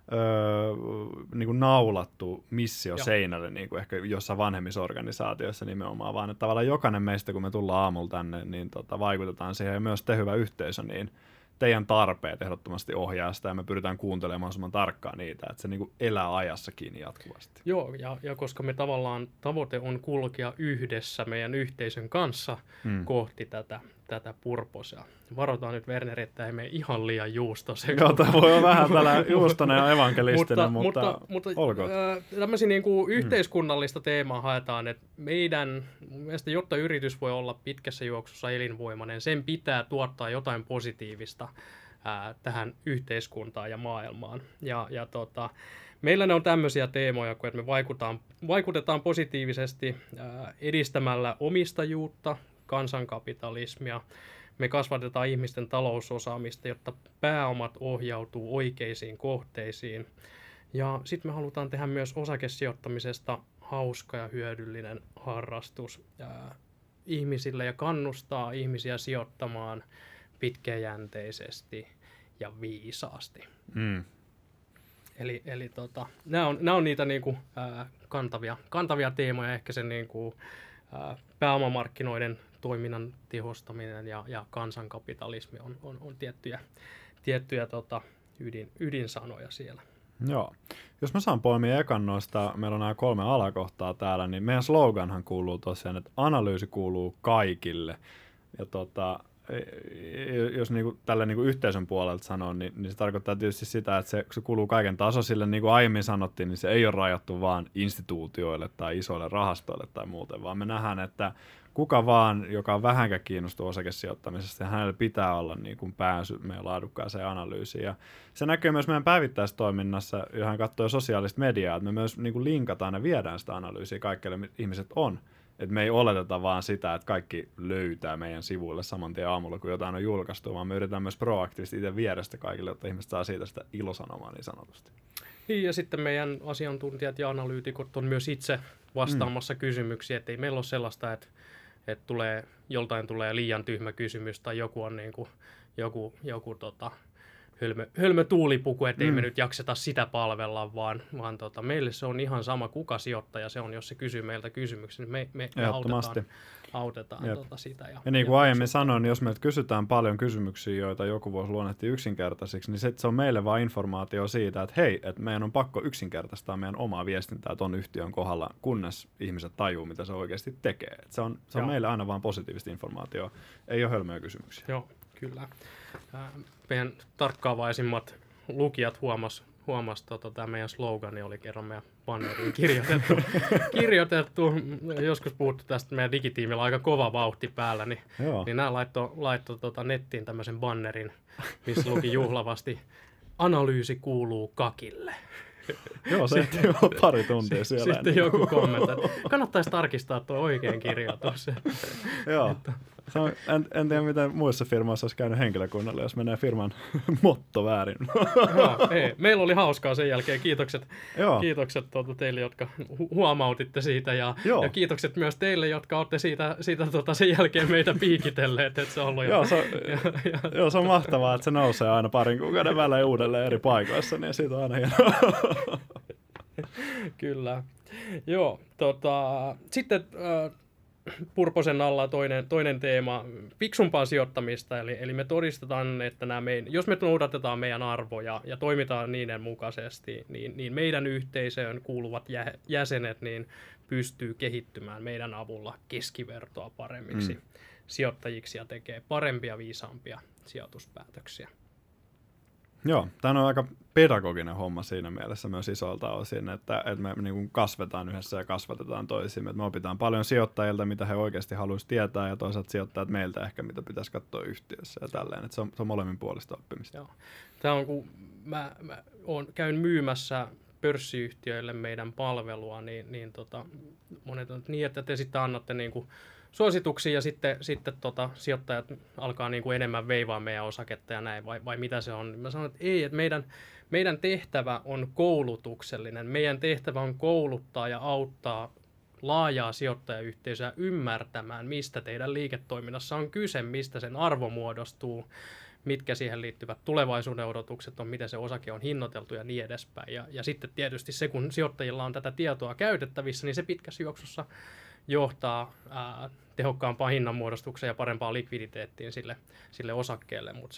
Speaker 2: niin kuin naulattu missio seinälle, niin kuin ehkä jossain vanhemmissa organisaatioissa nimenomaan, vaan että tavallaan jokainen meistä, kun me tullaan aamulla tänne, niin vaikutetaan siihen ja myös te hyvä yhteisö, niin teidän tarpeet ehdottomasti ohjaa sitä ja me pyritään kuuntelemaan mahdollisimman tarkkaan niitä, että se niin kuin elää ajassa kiinni jatkuvasti.
Speaker 1: Joo, ja koska me tavallaan tavoite on kulkea yhdessä meidän yhteisön kanssa kohti tätä purposea. Varotaan nyt, Werner, että ei mene ihan liian juustoseksi.
Speaker 2: Joo, tämä voi olla vähän tällä juustonen ja evankelistinen, mutta olkoon.
Speaker 1: Tämmöisiä niin kuin yhteiskunnallista teemaa haetaan, että meidän mielestä, jotta yritys voi olla pitkässä juoksussa elinvoimainen, sen pitää tuottaa jotain positiivista tähän yhteiskuntaan ja maailmaan. Meillä ne on tämmöisiä teemoja, että me vaikutetaan positiivisesti edistämällä omistajuutta, kansankapitalismia. Me kasvatetaan ihmisten talousosaamista, jotta pääomat ohjautuu oikeisiin kohteisiin. Ja sitten me halutaan tehdä myös osakesijoittamisesta hauska ja hyödyllinen harrastus ihmisille ja kannustaa ihmisiä sijoittamaan pitkäjänteisesti ja viisaasti. Eli nämä on niitä niinku, kantavia teemoja, ehkä sen niinku, pääomamarkkinoiden toiminnan tehostaminen ja kansankapitalismi on tiettyjä ydinsanoja siellä.
Speaker 2: Joo. Jos mä saan poimia ekan noista, meillä on nämä 3 alakohtaa täällä, niin meidän sloganhan kuuluu tosiaan, että analyysi kuuluu kaikille. Ja jos niinku tällä niinku yhteisön puolelta sanoo, niin se tarkoittaa tietysti sitä, että se kuuluu kaiken tasoisille, niin kuin aiemmin sanottiin, niin se ei ole rajattu vaan instituutioille tai isoille rahastoille tai muuten, vaan me nähdään, että kuka vaan, joka on vähänkään kiinnostunut osakesijoittamisesta, ja hänellä pitää olla niin kuin pääsy meidän laadukkaaseen analyysiin. Ja se näkyy myös meidän päivittäistoiminnassa, johon katsoo sosiaalista mediaa, että me myös niin kuin linkataan ja viedään sitä analyysiä kaikille ihmiset on Et me ei oleteta vaan sitä, että kaikki löytää meidän sivuille saman tien aamulla, kun jotain on julkaistu, vaan me yritetään myös proaktiivisesti itse viedä sitä kaikille, jotta ihmiset saa siitä sitä ilosanomaa niin sanotusti.
Speaker 1: Niin, ja sitten meidän asiantuntijat ja analyytikot on myös itse vastaamassa kysymyksiin, että ei meillä ole sellaista, että joltain tulee liian tyhmä kysymys tai joku on niin kuin, joku hölmö tuulipuku, että ei me nyt jakseta sitä palvella, vaan meille se on ihan sama, kuka sijoittaja se on, jos se kysyy meiltä kysymyksen, niin me autetaan sitä.
Speaker 2: Ja niin kuin aiemmin sanoin, niin jos meiltä kysytään paljon kysymyksiä, joita joku voisi luonnehtia yksinkertaisiksi, niin se on meille vain informaatio siitä, että hei, että meidän on pakko yksinkertaistaa meidän omaa viestintää ton yhtiön kohdalla, kunnes ihmiset tajuu, mitä se oikeasti tekee. Et se on meille aina vain positiivista informaatiota, ei ole hölmöjä kysymyksiä.
Speaker 1: Joo, kyllä. Meidän tarkkaavaisimmat lukijat huomasi tämä meidän slogani oli kerran meidän banneriin kirjoitettu. Joskus puhuttu tästä, meidän digitiimillä aika kova vauhti päällä, niin nämä laittoi nettiin tämmöisen bannerin, missä luki juhlavasti, analyysi kuuluu kakille.
Speaker 2: Joo, se ei ole pari tuntia siellä.
Speaker 1: Sitten joku kommentoi, kannattaisi tarkistaa tuo oikein kirjoitus.
Speaker 2: Joo. En tiedä, miten muissa firmoissa olisi käynyt henkilökunnalle, jos menee firman motto väärin.
Speaker 1: Joo, ei. Meillä oli hauskaa sen jälkeen. Kiitokset teille, jotka huomautitte siitä. Ja kiitokset myös teille, jotka olette siitä sen jälkeen meitä piikitelleet. Että se on ollut
Speaker 2: se on mahtavaa, että se nousee aina parin kuukauden välein uudelleen eri paikoissa, niin siitä on aina hienoa.
Speaker 1: Kyllä. Joo, sitten... Purposen alla toinen teema, fiksumpaa sijoittamista, eli me todistetaan, että jos me noudatetaan meidän arvoja ja toimitaan niiden mukaisesti, niin meidän yhteisöön kuuluvat jäsenet niin pystyy kehittymään meidän avulla keskivertoa paremmiksi sijoittajiksi ja tekee parempia, viisaampia sijoituspäätöksiä.
Speaker 2: Joo, tämä on aika pedagoginen homma siinä mielessä myös isolta osin, että me niin kuin kasvetaan yhdessä ja kasvatetaan toisimme. Me opitaan paljon sijoittajilta, mitä he oikeasti haluaisivat tietää, ja toisaalta sijoittajat meiltä ehkä, mitä pitäisi katsoa yhtiössä ja tälleen. Että se on molemmin puolesta oppimista.
Speaker 1: Joo. Tämä on, kun mä käyn myymässä pörssiyhtiöille meidän palvelua, niin monet on niin, että te sitten annatte niin kuin suosituksia ja sitten sijoittajat alkaa niin kuin enemmän veivaa meidän osaketta ja näin, vai mitä se on? Mä sanon, että ei, että meidän tehtävä on koulutuksellinen. Meidän tehtävä on kouluttaa ja auttaa laajaa sijoittajayhteisöä ymmärtämään, mistä teidän liiketoiminnassa on kyse, mistä sen arvo muodostuu, mitkä siihen liittyvät tulevaisuuden odotukset on, miten se osake on hinnoiteltu ja niin edespäin. Ja sitten tietysti se, kun sijoittajilla on tätä tietoa käytettävissä, niin se pitkässä juoksussa johtaa tehokkaampaan hinnanmuodostukseen ja parempaan likviditeettiin sille osakkeelle. Mutta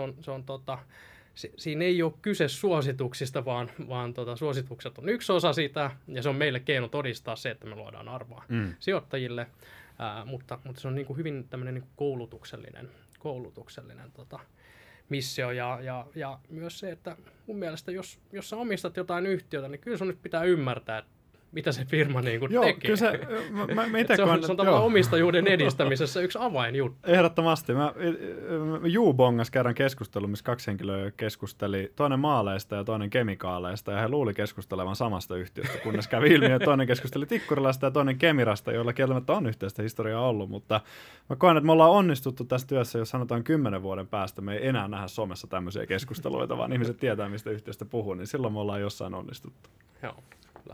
Speaker 1: siinä ei ole kyse suosituksista, vaan suositukset on yksi osa sitä, ja se on meille keino todistaa se, että me luodaan arvoa sijoittajille, mutta se on niin kuin hyvin tämmöinen niin kuin koulutuksellinen missio, ja myös se, että mun mielestä, jos sä omistat jotain yhtiötä, niin kyllä sun nyt pitää ymmärtää, mitä se firma niin kuin tekee. Kyllä se on tavallaan omistajuuden edistämisessä yksi avainjuttu.
Speaker 2: Ehdottomasti. Mä bongas kerran keskustelun, missä kaksi henkilöä keskusteli, toinen maaleista ja toinen kemikaaleista, ja he luuli keskustelevan samasta yhtiöstä, kunnes kävi ilmi, että toinen keskusteli Tikkurilasta ja toinen Kemirasta, joilla kieltämättä on yhteistä historiaa ollut, mutta mä koen, että me ollaan onnistuttu tässä työssä, jos sanotaan 10 vuoden päästä, me ei enää nähdä somessa tämmöisiä keskusteluita, vaan ihmiset tietää, mistä yhtiöstä puhuu, niin silloin me ollaan jossain onnistuttu.
Speaker 1: Joo, kyllä.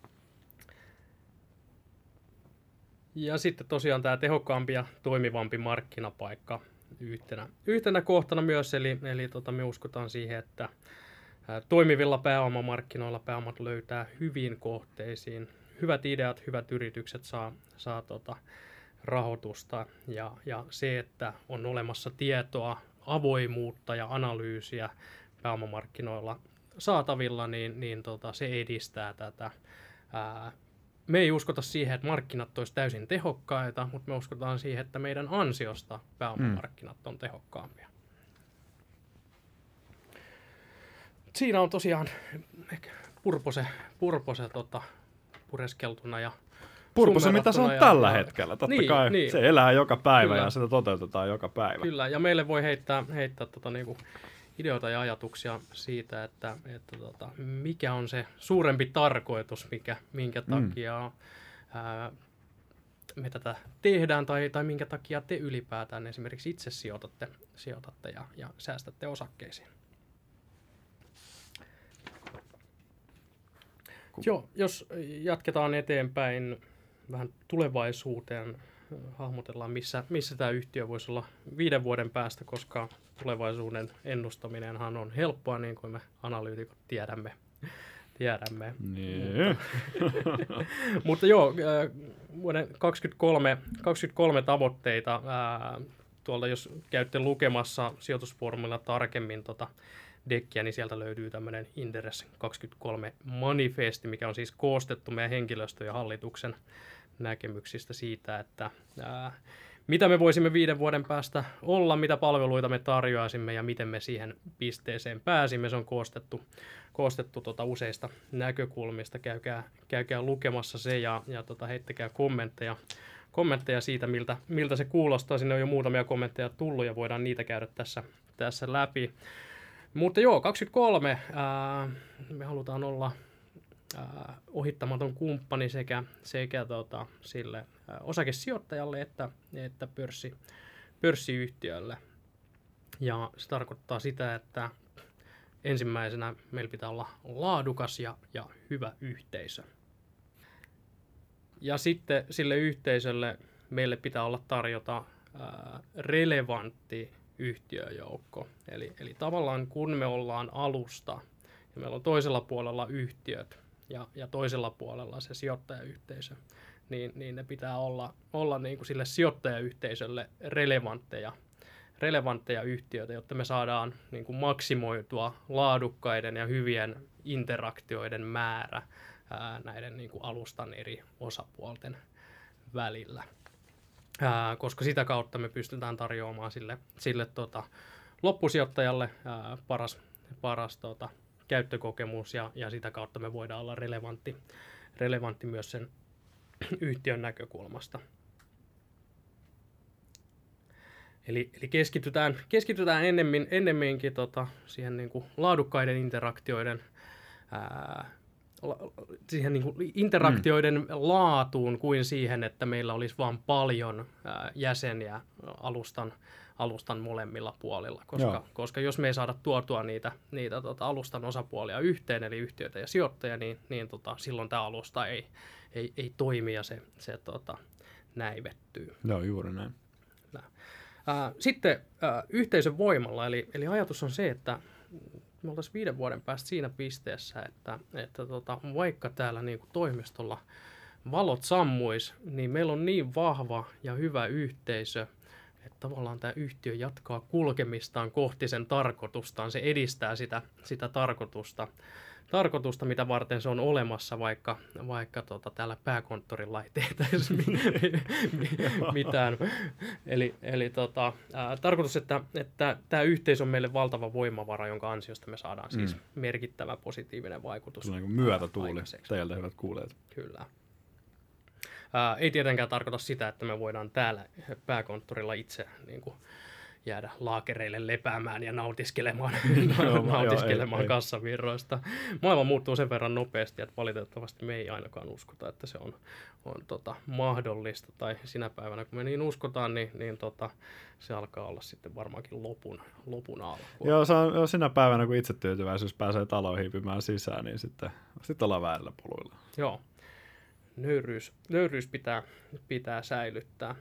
Speaker 1: Ja sitten tosiaan tämä tehokkaampi ja toimivampi markkinapaikka yhtenä kohtana myös, eli me uskotaan siihen, että toimivilla pääomamarkkinoilla pääomat löytää hyvin kohteisiin. Hyvät ideat, hyvät yritykset saa rahoitusta ja se, että on olemassa tietoa, avoimuutta ja analyysiä pääomamarkkinoilla saatavilla, niin se edistää tätä. Me ei uskota siihen, että markkinat olisi täysin tehokkaita, mutta me uskotaan siihen, että meidän ansiosta pääomamarkkinat on tehokkaampia. Siinä on tosiaan Purpose pureskeltuna ja
Speaker 2: Purpose, mitä se on tällä hetkellä. Totta kai se elää joka päivä ja sitä toteutetaan joka päivä.
Speaker 1: Kyllä, ja meille voi heittää niinku ideoita ja ajatuksia siitä, että mikä on se suurempi tarkoitus, minkä takia me tätä tehdään tai minkä takia te ylipäätään esimerkiksi itse sijoitatte ja säästätte osakkeisiin. Joo, jos jatketaan eteenpäin vähän tulevaisuuteen, hahmotellaan missä tämä yhtiö voisi olla 5 vuoden päästä, koska tulevaisuuden ennustaminenhan on helppoa, niin kuin me analyytikot tiedämme.
Speaker 2: Nee.
Speaker 1: Mutta joo, vuoden 2023 tavoitteita. Tuolta jos käytte lukemassa sijoitusfoorumilla tarkemmin dekkiä, niin sieltä löytyy tämmöinen Inderes 23 manifesti, mikä on siis koostettu meidän henkilöstön ja hallituksen näkemyksistä siitä, että mitä me voisimme 5 vuoden päästä olla, mitä palveluita me tarjoaisimme ja miten me siihen pisteeseen pääsimme. Se on koostettu useista näkökulmista. Käykää lukemassa se ja heittäkää kommentteja siitä, miltä se kuulostaa. Sinne on jo muutamia kommentteja tullut ja voidaan niitä käydä tässä läpi. Mutta joo, 23 me halutaan olla ohittamaton kumppani sekä sille osakesijoittajalle että pörssiyhtiölle. Ja se tarkoittaa sitä, että ensimmäisenä meillä pitää olla laadukas ja hyvä yhteisö. Ja sitten sille yhteisölle meille pitää olla tarjota relevantti yhtiöjoukko. Eli tavallaan kun me ollaan alusta ja meillä on toisella puolella yhtiöt ja toisella puolella se sijoittajayhteisö, niin ne pitää olla niin kuin sille sijoittajayhteisölle relevantteja yhtiöitä, jotta me saadaan niin kuin maksimoitua laadukkaiden ja hyvien interaktioiden määrä näiden niin kuin alustan eri osapuolten välillä. Koska sitä kautta me pystytään tarjoamaan sille loppusijoittajalle paras käyttökokemus ja sitä kautta me voidaan olla relevantti myös sen yhtiön näkökulmasta. Eli keskitytään ennemminkin siihen niin kuin laadukkaiden interaktioiden siihen niin kuin interaktioiden laatuun kuin siihen, että meillä olisi vain paljon jäseniä alustan molemmilla puolilla, koska jos me ei saada tuotua niitä alustan osapuolia yhteen, eli yhtiöitä ja sijoittajia, niin silloin tämä alusta ei toimi ja se näivettyy.
Speaker 2: Joo, juuri näin.
Speaker 1: Sitten yhteisön voimalla, eli ajatus on se, että me oltaisiin 5 vuoden päästä siinä pisteessä, että vaikka täällä niin kuin toimistolla valot sammuisi, niin meillä on niin vahva ja hyvä yhteisö, että tavallaan tämä yhtiö jatkaa kulkemistaan kohti sen tarkoitustaan. Se edistää sitä tarkoitusta, mitä varten se on olemassa, vaikka täällä pääkonttorilla ei tehtäisi mitään. Eli tarkoitus, että tämä yhteisö on meille valtava voimavara, jonka ansiosta me saadaan siis merkittävä positiivinen vaikutus.
Speaker 2: Se on niin kuin myötätuuli teiltä, hyvät kuulijat.
Speaker 1: Kyllä. Ei tietenkään tarkoita sitä, että me voidaan täällä pääkonttorilla itse niin kuin jäädä laakereille lepäämään ja nautiskelemaan kassavirroista. Maailma muuttuu sen verran nopeasti, että valitettavasti me ei ainakaan uskota, että se on mahdollista. Tai sinä päivänä, kun me niin uskotaan, niin se alkaa olla sitten varmaankin lopun alku.
Speaker 2: Joo, se on sinä päivänä, kun itsetyytyväisyys pääsee taloon hiipimään sisään, niin sitten ollaan väärillä poluilla.
Speaker 1: Joo. Nöyryys pitää säilyttää.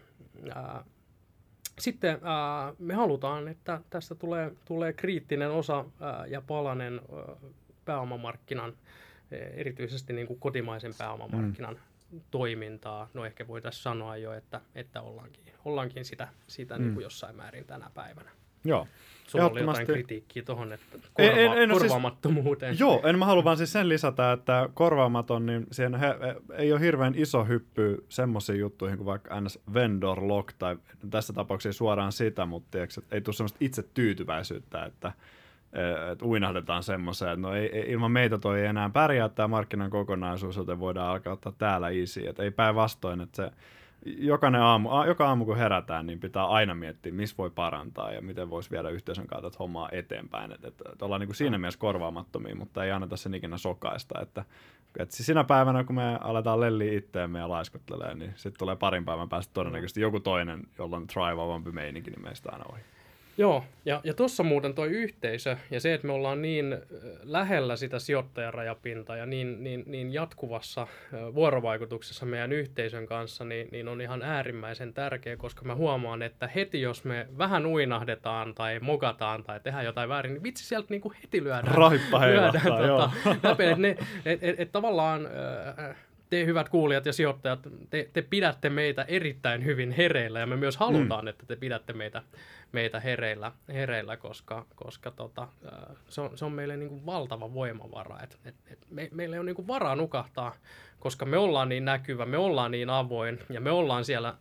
Speaker 1: Sitten me halutaan, että tästä tulee kriittinen osa ja palanen pääomamarkkinan, erityisesti niin kuin kotimaisen pääomamarkkinan toimintaa. No ehkä voitaisiin sanoa jo, että ollaankin sitä niin kuin jossain määrin tänä päivänä.
Speaker 2: Joo.
Speaker 1: Sulla oli jotain kritiikkiä tuohon, että korvaamattomuuteen.
Speaker 2: Siis, joo, mä haluan vaan siis sen lisätä, että korvaamaton, niin siihen ei ole hirveän iso hyppy semmoisiin juttuihin kuin vaikka NS vendor lock, tai tässä tapauksessa suoraan sitä, mutta ei tule semmoista itsetyytyväisyyttä, että uinahdetaan semmoiseen, että no ilman meitä toi ei enää pärjää tämä markkinan kokonaisuus, joten voidaan alkaa ottaa täällä easy. Että ei päinvastoin, että joka aamu kun herätään, niin pitää aina miettiä, missä voi parantaa ja miten voisi viedä yhteisön kautta hommaa eteenpäin. Että ollaan niin kuin siinä mielessä korvaamattomia, mutta ei anneta sen ikinä sokaista. Että sinä päivänä, kun me aletaan lelliä itteemme ja laiskottelee, niin sitten tulee parin päivän päästä todennäköisesti joku toinen, jolla on thrive-avampi meininki, niin meistä aina ohi.
Speaker 1: Joo, ja tuossa muuten toi yhteisö ja se, että me ollaan niin lähellä sitä sijoittajarajapintaa ja niin jatkuvassa vuorovaikutuksessa meidän yhteisön kanssa, niin on ihan äärimmäisen tärkeä, koska mä huomaan, että heti jos me vähän uinahdetaan tai mokataan tai tehdään jotain väärin, niin vitsi sieltä niinku heti lyödään.
Speaker 2: Raippa heilahtaa, joo.
Speaker 1: Tavallaan... Te hyvät kuulijat ja sijoittajat, te pidätte meitä erittäin hyvin hereillä ja me myös halutaan, että te pidätte meitä hereillä koska se on meille niin kuin valtava voimavara. Meillä ei ole niin kuin varaa nukahtaa, koska me ollaan niin näkyvä, me ollaan niin avoin ja me ollaan siellä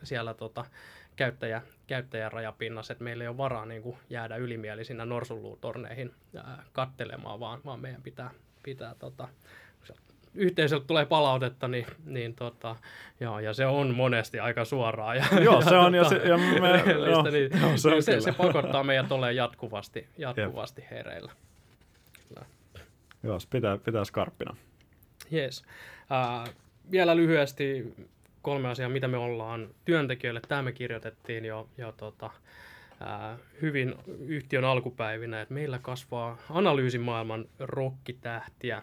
Speaker 1: käyttäjärajapinnassa, että meillä ei ole varaa niin kuin jäädä ylimielisinä norsunluutorneihin kattelemaan, vaan meidän pitää yhteisöltä tulee palautetta, ja se on monesti aika suoraa.
Speaker 2: Joo, se on.
Speaker 1: Se pakottaa meidät olemaan jatkuvasti hereillä.
Speaker 2: Joo, pitää skarppina.
Speaker 1: Jees. Vielä lyhyesti 3 asiaa, mitä me ollaan työntekijöille. Tämä me kirjoitettiin jo hyvin yhtiön alkupäivinä, että meillä kasvaa analyysimaailman rokkitähtiä.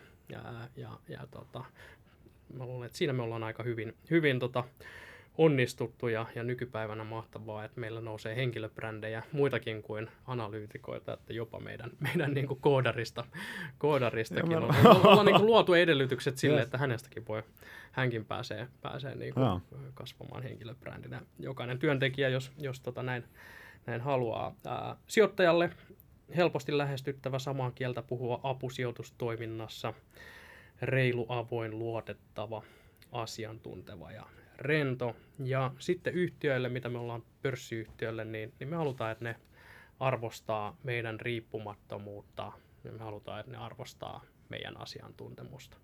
Speaker 1: Mä luulen, että siinä me ollaan aika hyvin onnistuttu ja nykypäivänä mahtavaa, että meillä nousee henkilöbrändejä muitakin kuin analyytikoita, että jopa meidän niin kuin koodaristakin ollaan niin kuin luotu edellytykset sille, että hänkin pääsee niin kuin kasvamaan henkilöbrändinä. Jokainen työntekijä, jos näin haluaa. Sijoittajalle helposti lähestyttävä, samaa kieltä puhuva apusijoitustoiminnassa, reilu, avoin, luotettava, asiantunteva ja rento. Ja sitten yhtiöille, mitä me ollaan pörssiyhtiöille, niin me halutaan, että ne arvostaa meidän riippumattomuutta ja me halutaan, että ne arvostaa meidän asiantuntemusta.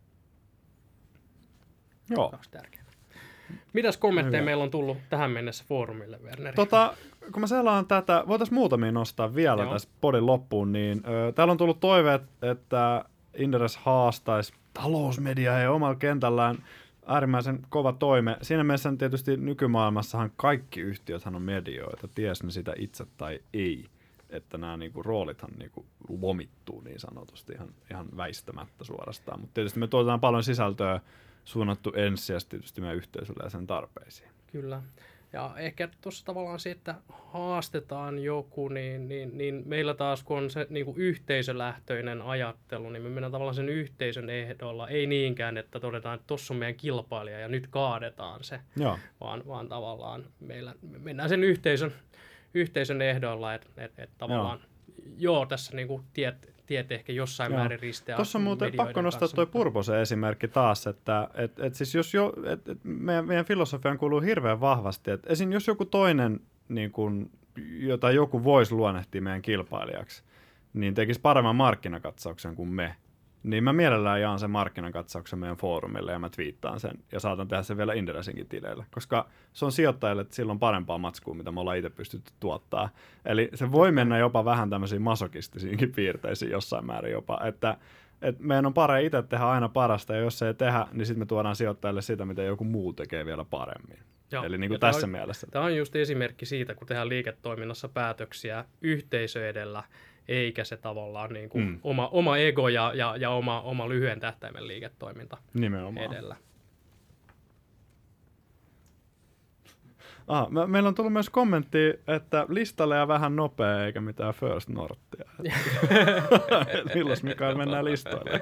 Speaker 2: Joo.
Speaker 1: Kaksi tärkeää. Mitäs kommentteja meillä on tullut tähän mennessä foorumille, Werneri?
Speaker 2: Kun mä selaan tätä, voitaisiin muutamia nostaa vielä tässä podin loppuun, niin täällä on tullut toiveet, että Inderes haastaisi talousmediaa ja omalla kentällään äärimmäisen kova toime. Siinä mielessä tietysti nykymaailmassahan kaikki yhtiöthän on medioita, ties ne sitä itse tai ei, että nämä niinku roolithan niinku lomittuu niin sanotusti ihan väistämättä suorastaan, mutta tietysti me tuotetaan paljon sisältöä suunnattu ensisijaisesti tietysti meidän yhteisölle ja sen tarpeisiin.
Speaker 1: Kyllä. Ja ehkä tuossa tavallaan se, että haastetaan joku, niin meillä taas kun on se niin kuin yhteisölähtöinen ajattelu, niin me mennään tavallaan sen yhteisön ehdolla. Ei niinkään, että todetaan, että tuossa on meidän kilpailija ja nyt kaadetaan se, vaan tavallaan me mennään sen yhteisön ehdolla, että tavallaan tässä niin kuin tiet ehkä jossain määrin risteää.
Speaker 2: Tuossa on muuten pakko nostaa tuo Purposen esimerkki taas, että siis jos meidän filosofiaan kuuluu hirveän vahvasti, että esim. Jos joku toinen, niin kun, jota joku voisi luonnehtia meidän kilpailijaksi, niin tekisi paremman markkinakatsauksen kuin me, niin mä mielellään jaan sen markkinakatsauksen meidän foorumille ja mä twiittaan sen ja saatan tehdä sen vielä Inderesinkin tileillä, koska se on sijoittajille silloin parempaa matskua, mitä me ollaan itse pystytty tuottaa. Eli se voi mennä jopa vähän tämmöisiin masokistisiinkin piirteisiin jossain määrin jopa, että meidän on parempi itse tehdä aina parasta ja jos ei tehdä, niin sitten me tuodaan sijoittajille sitä, mitä joku muu tekee vielä paremmin. Joo. Eli niin kuin tässä mielessä.
Speaker 1: Tämä on just esimerkki siitä, kun tehdään liiketoiminnassa päätöksiä yhteisö edellä, eikä se tavallaan niin kuin oma ego ja oma lyhyen tähtäimen liiketoiminta edellä.
Speaker 2: Meillä on tullut myös kommentti, että listalle ja vähän nopea eikä mitään First Northia. Milloin Mikael mennään listoille?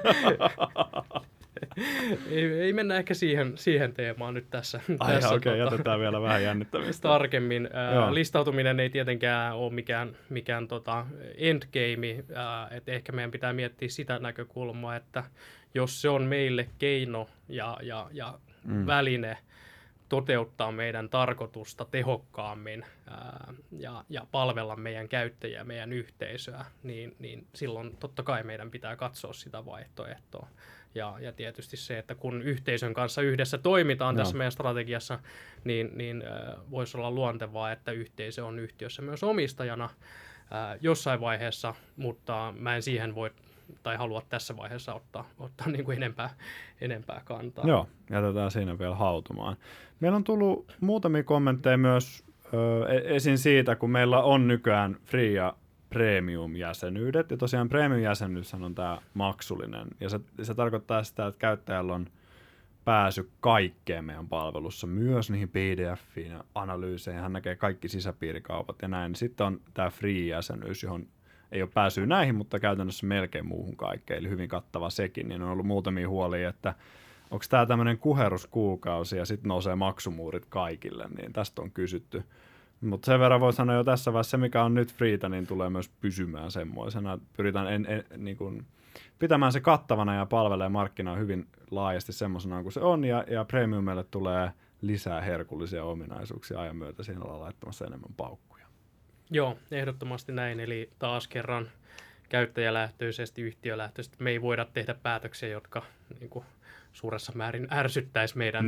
Speaker 1: ei mennä ehkä siihen teemaan nyt tässä.
Speaker 2: Okei, jätetään vielä vähän jännittämistä.
Speaker 1: Tarkemmin. Listautuminen ei tietenkään ole mikään endgame, että ehkä meidän pitää miettiä sitä näkökulmaa, että jos se on meille keino ja väline toteuttaa meidän tarkoitusta tehokkaammin ja palvella meidän käyttäjiä, meidän yhteisöä, niin silloin totta kai meidän pitää katsoa sitä vaihtoehtoa. Ja tietysti se, että kun yhteisön kanssa yhdessä toimitaan tässä meidän strategiassa, niin voisi olla luontevaa, että yhteisö on yhtiössä myös omistajana jossain vaiheessa, mutta mä en siihen voi tai halua tässä vaiheessa ottaa niin kuin enempää kantaa.
Speaker 2: Joo, jätetään siinä vielä hautumaan. Meillä on tullut muutamia kommentteja myös esiin siitä, kun meillä on nykyään free- ja premium-jäsenyydet. Ja tosiaan premium-jäsenyys on tämä maksullinen. Ja se tarkoittaa sitä, että käyttäjällä on pääsy kaikkeen meidän palvelussa, myös niihin PDF-iin ja analyyseihin. Hän näkee kaikki sisäpiirikaupat ja näin. Sitten on tämä free-jäsenyys, johon ei ole pääsyä näihin, mutta käytännössä melkein muuhun kaikkeen, eli hyvin kattava sekin. Niin on ollut muutamia huolia, että onko tämä tämmöinen kuheruskuukausi ja sitten nousee maksumuurit kaikille, niin tästä on kysytty. Mutta sen verran voi sanoa jo tässä vaiheessa, se mikä on nyt freeta, niin tulee myös pysymään semmoisena. Pyritään niin kuin pitämään se kattavana ja palvelee markkinaa hyvin laajasti semmoisena kuin se on, ja premiumille tulee lisää herkullisia ominaisuuksia ajan myötä, siinä ollaan laittamassa enemmän paukkuja.
Speaker 1: Joo, ehdottomasti näin, eli taas kerran käyttäjälähtöisesti, yhtiölähtöisesti me ei voida tehdä päätöksiä, jotka niin kuin suuressa määrin ärsyttäisi meidän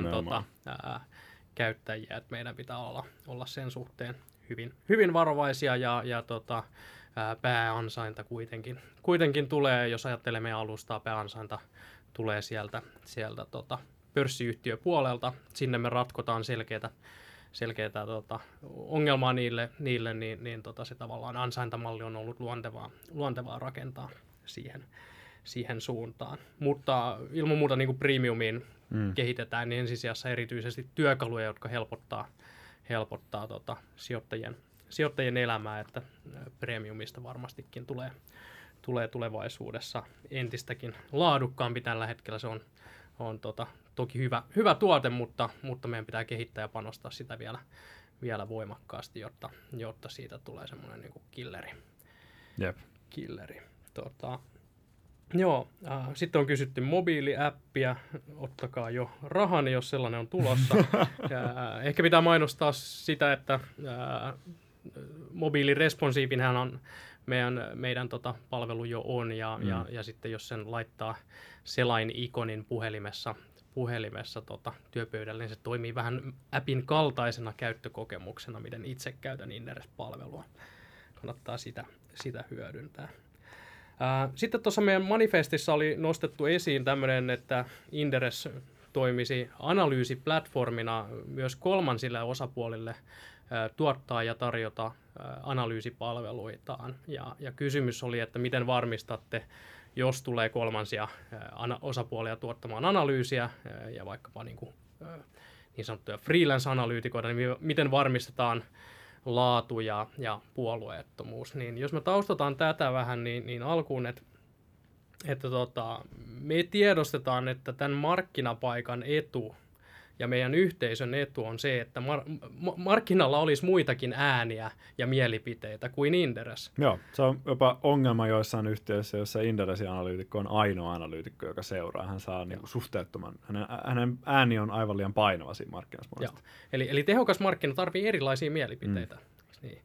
Speaker 1: käyttäjiä, että meidän pitää olla sen suhteen hyvin varovaisia ja pääansainta kuitenkin tulee, jos ajattelemme alustaa, pääansainta tulee sieltä pörssiyhtiöpuolelta. Sinne me ratkotaan selkeätä ongelmaa niille niin se tavallaan ansaintamalli on ollut luontevaa rakentaa siihen suuntaan. Mutta ilman muuta niin kuin premiumiin kehitetään niin ensisijassa erityisesti työkaluja, jotka helpottaa sijoittajien elämää, että premiumista varmastikin tulee tulevaisuudessa entistäkin laadukkaampi. Tällä hetkellä se on toki hyvä tuote, mutta meidän pitää kehittää ja panostaa sitä vielä voimakkaasti, jotta siitä tulee semmoinen niin kuin killeri.
Speaker 2: Jep.
Speaker 1: Joo, sitten on kysytty mobiiliäppiä, ottakaa jo rahani, jos sellainen on tulossa. Ehkä pitää mainostaa sitä, että mobiiliresponsiivinhän on meidän palvelu jo on, ja sitten jos sen laittaa selain-ikonin puhelimessa työpöydälle, niin se toimii vähän appin kaltaisena käyttökokemuksena, miten itse käytän Inderes-palvelua. Kannattaa sitä hyödyntää. Sitten tuossa meidän manifestissa oli nostettu esiin tämmöinen, että Inderes toimisi analyysiplatformina myös kolmansille osapuolille tuottaa ja tarjota analyysipalveluitaan. Ja kysymys oli, että miten varmistatte, jos tulee kolmansia osapuolia tuottamaan analyysiä ja vaikkapa niin sanottuja freelance-analyytikoita, niin miten varmistetaan laatu ja puolueettomuus. Niin jos me taustataan tätä vähän, niin alkuun, että me tiedostetaan, että tämän markkinapaikan etu ja meidän yhteisön etu on se, että markkinalla olisi muitakin ääniä ja mielipiteitä kuin Inderes.
Speaker 2: Joo, se on jopa ongelma joissain yhteisöissä, jossa Inderesin analyytikko on ainoa analyytikko, joka seuraa. Hän saa niin suhteettoman, hänen ääni on aivan liian painava siinä markkinassa monesti.
Speaker 1: Eli tehokas markkina tarvitsee erilaisia mielipiteitä. Niin.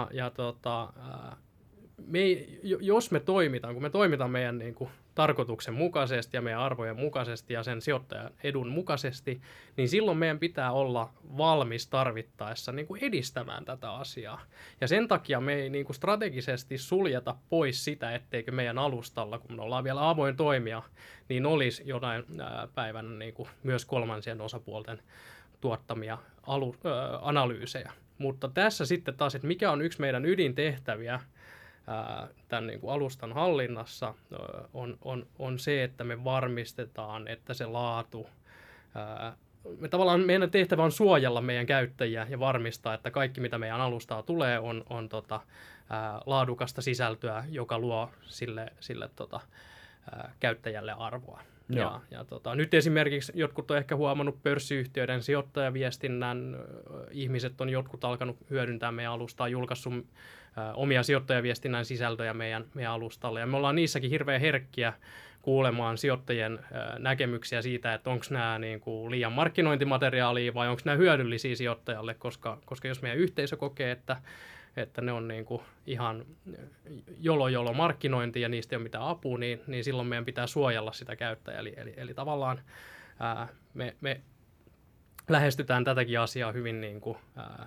Speaker 1: Jos me toimitaan, kun me toimitaan meidän niin kuin tarkoituksen mukaisesti ja meidän arvojen mukaisesti ja sen sijoittajan edun mukaisesti, niin silloin meidän pitää olla valmis tarvittaessa niin kuin edistämään tätä asiaa. Ja sen takia me ei niin kuin strategisesti suljeta pois sitä, etteikö meidän alustalla, kun me ollaan vielä avoin toimija, niin olisi jonain päivänä niin kuin myös kolmansien osapuolten tuottamia analyysejä. Mutta tässä sitten taas, että mikä on yksi meidän ydintehtäviä tämän niin kuin alustan hallinnassa, on se, että me varmistetaan, että se laatu, meidän tehtävä on suojella meidän käyttäjiä ja varmistaa, että kaikki mitä meidän alustaa tulee on laadukasta sisältöä, joka luo sille käyttäjälle arvoa. Nyt esimerkiksi jotkut on ehkä huomannut pörssiyhtiöiden sijoittajaviestinnän, ihmiset on jotkut alkanut hyödyntää meidän alustaa, julkaissut omia sijoittajaviestinnän sisältöjä meidän alustalle, ja me ollaan niissäkin hirveän herkkiä kuulemaan sijoittajien näkemyksiä siitä, että onko nämä niin kuin liian markkinointimateriaalia vai onko nämä hyödyllisiä sijoittajalle, koska jos meidän yhteisö kokee, että ne on niin kuin ihan jolo markkinointi ja niistä ei ole mitään apua, niin silloin meidän pitää suojella sitä käyttäjää. Eli tavallaan me lähestytään tätäkin asiaa hyvin niin kuin,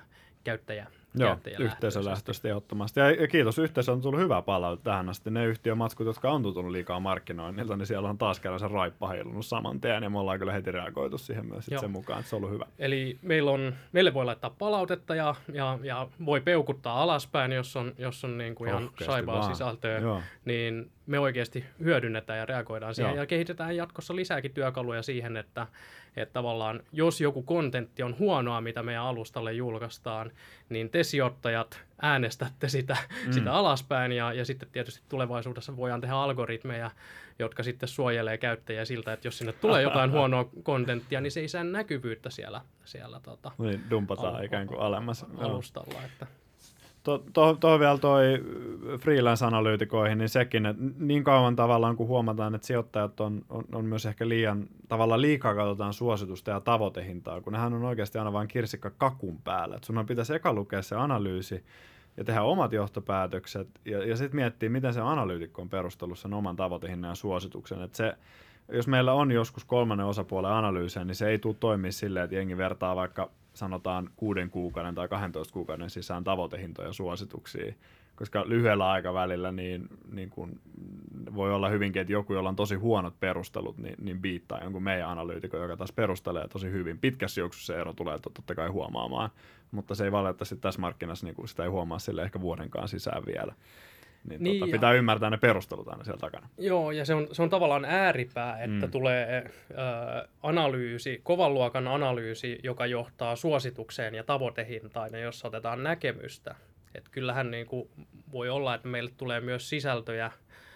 Speaker 2: yhteisölähtöisesti ehdottomasti. Ja kiitos, yhteisö on tullut hyvää palautetta tähän asti. Ne yhtiömatskut, jotka on tuntunut liikaa markkinoinnilta, niin siellä on taas kerran se raippa heilunut saman tien, ja me ollaan kyllä heti reagoitu siihen myös sen mukaan, että se on ollut hyvä.
Speaker 1: Eli meille voi laittaa palautetta ja voi peukuttaa alaspäin, jos on niin kuin ihan saibaa sisältöä, niin me oikeasti hyödynnetään ja reagoidaan siihen ja kehitetään jatkossa lisääkin työkaluja siihen, että tavallaan jos joku kontentti on huonoa, mitä meidän alustalle julkaistaan, niin te sijoittajat äänestätte sitä alaspäin ja sitten tietysti tulevaisuudessa voidaan tehdä algoritmeja, jotka sitten suojelee käyttäjiä siltä, että jos sinne tulee jotain huonoa kontenttia, niin se ei saa näkyvyyttä siellä
Speaker 2: niin, dumpataan ikään kuin alemmas
Speaker 1: alustalla. Että.
Speaker 2: Tuohon vielä toi freelance-analyytikoihin, niin sekin, että niin kauan tavallaan kun huomataan, että sijoittajat on myös ehkä liikaa katsotaan suositusta ja tavoitehintaa, kun nehän on oikeasti aina vain kirsikka kakun päällä. Et sunhan pitäisi eka lukea se analyysi ja tehdä omat johtopäätökset ja sitten miettiä, miten se analyytikko on perustellut sen oman tavoitehinnan ja suosituksen. Et se, jos meillä on joskus kolmannen osapuolen analyysiä, niin se ei tule toimia silleen, että jengi vertaa vaikka sanotaan 6 kuukauden tai 12 kuukauden sisään tavoitehintoja ja suosituksia, koska lyhyellä aikavälillä niin kun voi olla hyvinkin, että joku, jolla on tosi huonot perustelut, niin biittaa jonkun meidän analyytikon, joka taas perustelee tosi hyvin. Pitkässä juoksussa se ero tulee totta kai huomaamaan, mutta se ei valitettavasti tässä markkinassa, niin sitä ei huomaa sille ehkä vuodenkaan sisään vielä. Pitää ymmärtää ne perustelut aina siellä takana.
Speaker 1: Joo, ja se on tavallaan ääripää, että tulee analyysi, kovan luokan analyysi, joka johtaa suositukseen ja tavoitehintaan, ja jossa otetaan näkemystä. Et kyllähän niin kuin voi olla, että meille tulee myös sisältöjä,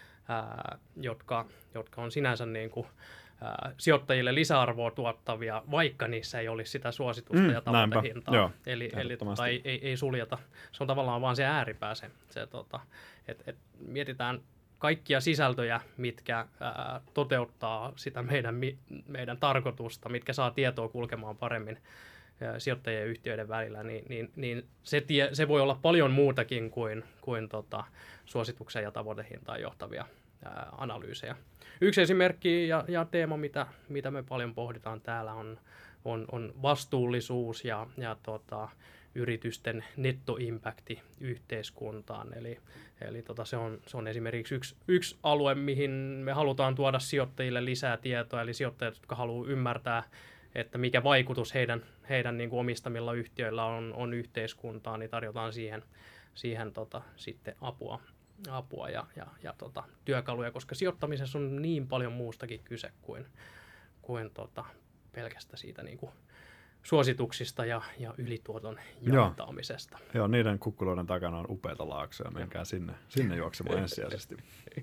Speaker 1: jotka on sinänsä niin kuin, sijoittajille lisäarvoa tuottavia, vaikka niissä ei olisi sitä suositusta ja tavoitehintaa. Eli ei suljeta. Se on tavallaan vaan se ääripää että mietitään kaikkia sisältöjä, mitkä toteuttaa sitä meidän tarkoitusta, mitkä saa tietoa kulkemaan paremmin sijoittajien ja yhtiöiden välillä, niin se voi olla paljon muutakin kuin suosituksen ja tavoitehintaan johtavia analyysejä. Yksi esimerkki ja teema, mitä me paljon pohditaan täällä, on vastuullisuus ja yritysten nettoimpakti yhteiskuntaan. Eli se on esimerkiksi yksi alue, mihin me halutaan tuoda sijoittajille lisää tietoa, eli sijoittajat, jotka haluaa ymmärtää, että mikä vaikutus heidän niin kuin omistamilla yhtiöillä on yhteiskuntaan, niin tarjotaan siihen sitten apua ja työkaluja, koska sijoittamisessa on niin paljon muustakin kyse kuin pelkästään siitä niin kuin suosituksista ja ylituoton jahtamisesta.
Speaker 2: Joo, niiden kukkuloiden takana on upeita laaksoja, menkää sinne juoksemaan ensisijaisesti.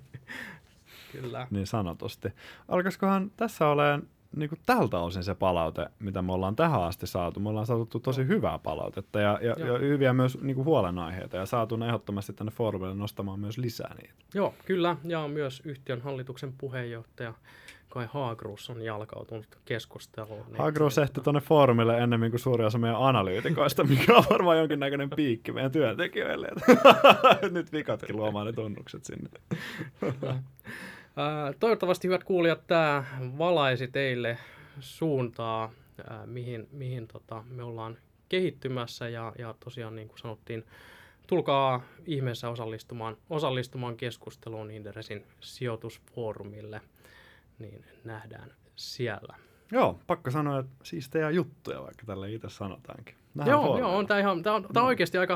Speaker 1: Kyllä.
Speaker 2: Niin sanotusti. Alkaisikohan tässä olemaan niin kuin tältä osin se palaute, mitä me ollaan tähän asti saatu. Me ollaan saatu tosi hyvää palautetta ja hyviä myös niin kuin huolenaiheita ja saatu ne ehdottomasti tänne foorumille nostamaan myös lisää niitä.
Speaker 1: Joo, kyllä. Ja myös yhtiön hallituksen puheenjohtaja Kai Haglund on jalkautunut keskusteluun.
Speaker 2: Haglund ehti tuonne foorumille ennemmin kuin suuri osa meidän analyytikoista, mikä on varmaan jonkinnäköinen piikki meidän työntekijöille. Nyt vikatkin luomaan ne tunnukset sinne.
Speaker 1: Toivottavasti, hyvät kuulijat, tämä valaisi teille suuntaa, mihin me ollaan kehittymässä ja tosiaan niin kuin sanottiin, tulkaa ihmeessä osallistumaan keskusteluun Inderesin sijoitusfoorumille, niin nähdään siellä.
Speaker 2: Joo, pakko sanoa, että siistejä juttuja, vaikka tällä itse sanotaankin.
Speaker 1: Joo, on tämä on oikeasti aika...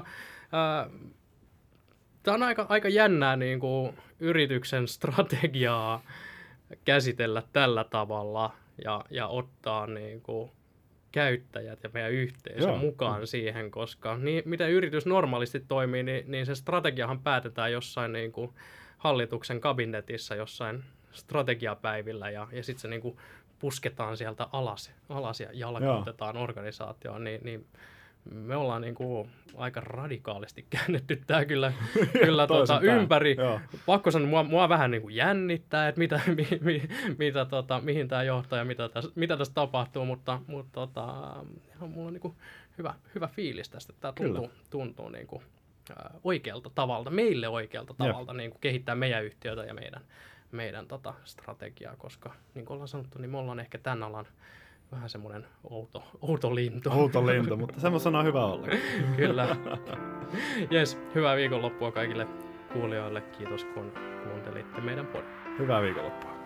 Speaker 1: Tämä on aika jännää niin kuin yrityksen strategiaa käsitellä tällä tavalla ja ottaa niin kuin käyttäjät ja meidän yhteisö mukaan siihen, koska miten yritys normaalisti toimii, niin se strategiahan päätetään jossain niin kuin hallituksen kabinetissa, strategiapäivillä ja sitten se niin kuin pusketaan sieltä alas ja jalkautetaan organisaatioon, niin me ollaan niin kuin aika radikaalisti käännetty tämä kyllä ympäri.
Speaker 2: Joo.
Speaker 1: Pakko sanoa, mua vähän niin kuin jännittää, että mihin tämä johtaa ja mitä tässä tapahtuu, mutta mulla on niin kuin hyvä fiilis tästä. Tämä tuntuu niin kuin, oikealta tavalla, meille oikealta tavalla niin kuin kehittää meidän yhtiötä ja meidän strategiaa, koska niin kuin ollaan sanottu, niin me ollaan ehkä tämän alan vähän semmoinen outo lintu.
Speaker 2: Outo lintu, mutta semmoisena on hyvä olla.
Speaker 1: Kyllä. Jes, hyvää viikonloppua kaikille kuulijoille. Kiitos kun kuuntelitte meidän podin.
Speaker 2: Hyvää viikonloppua.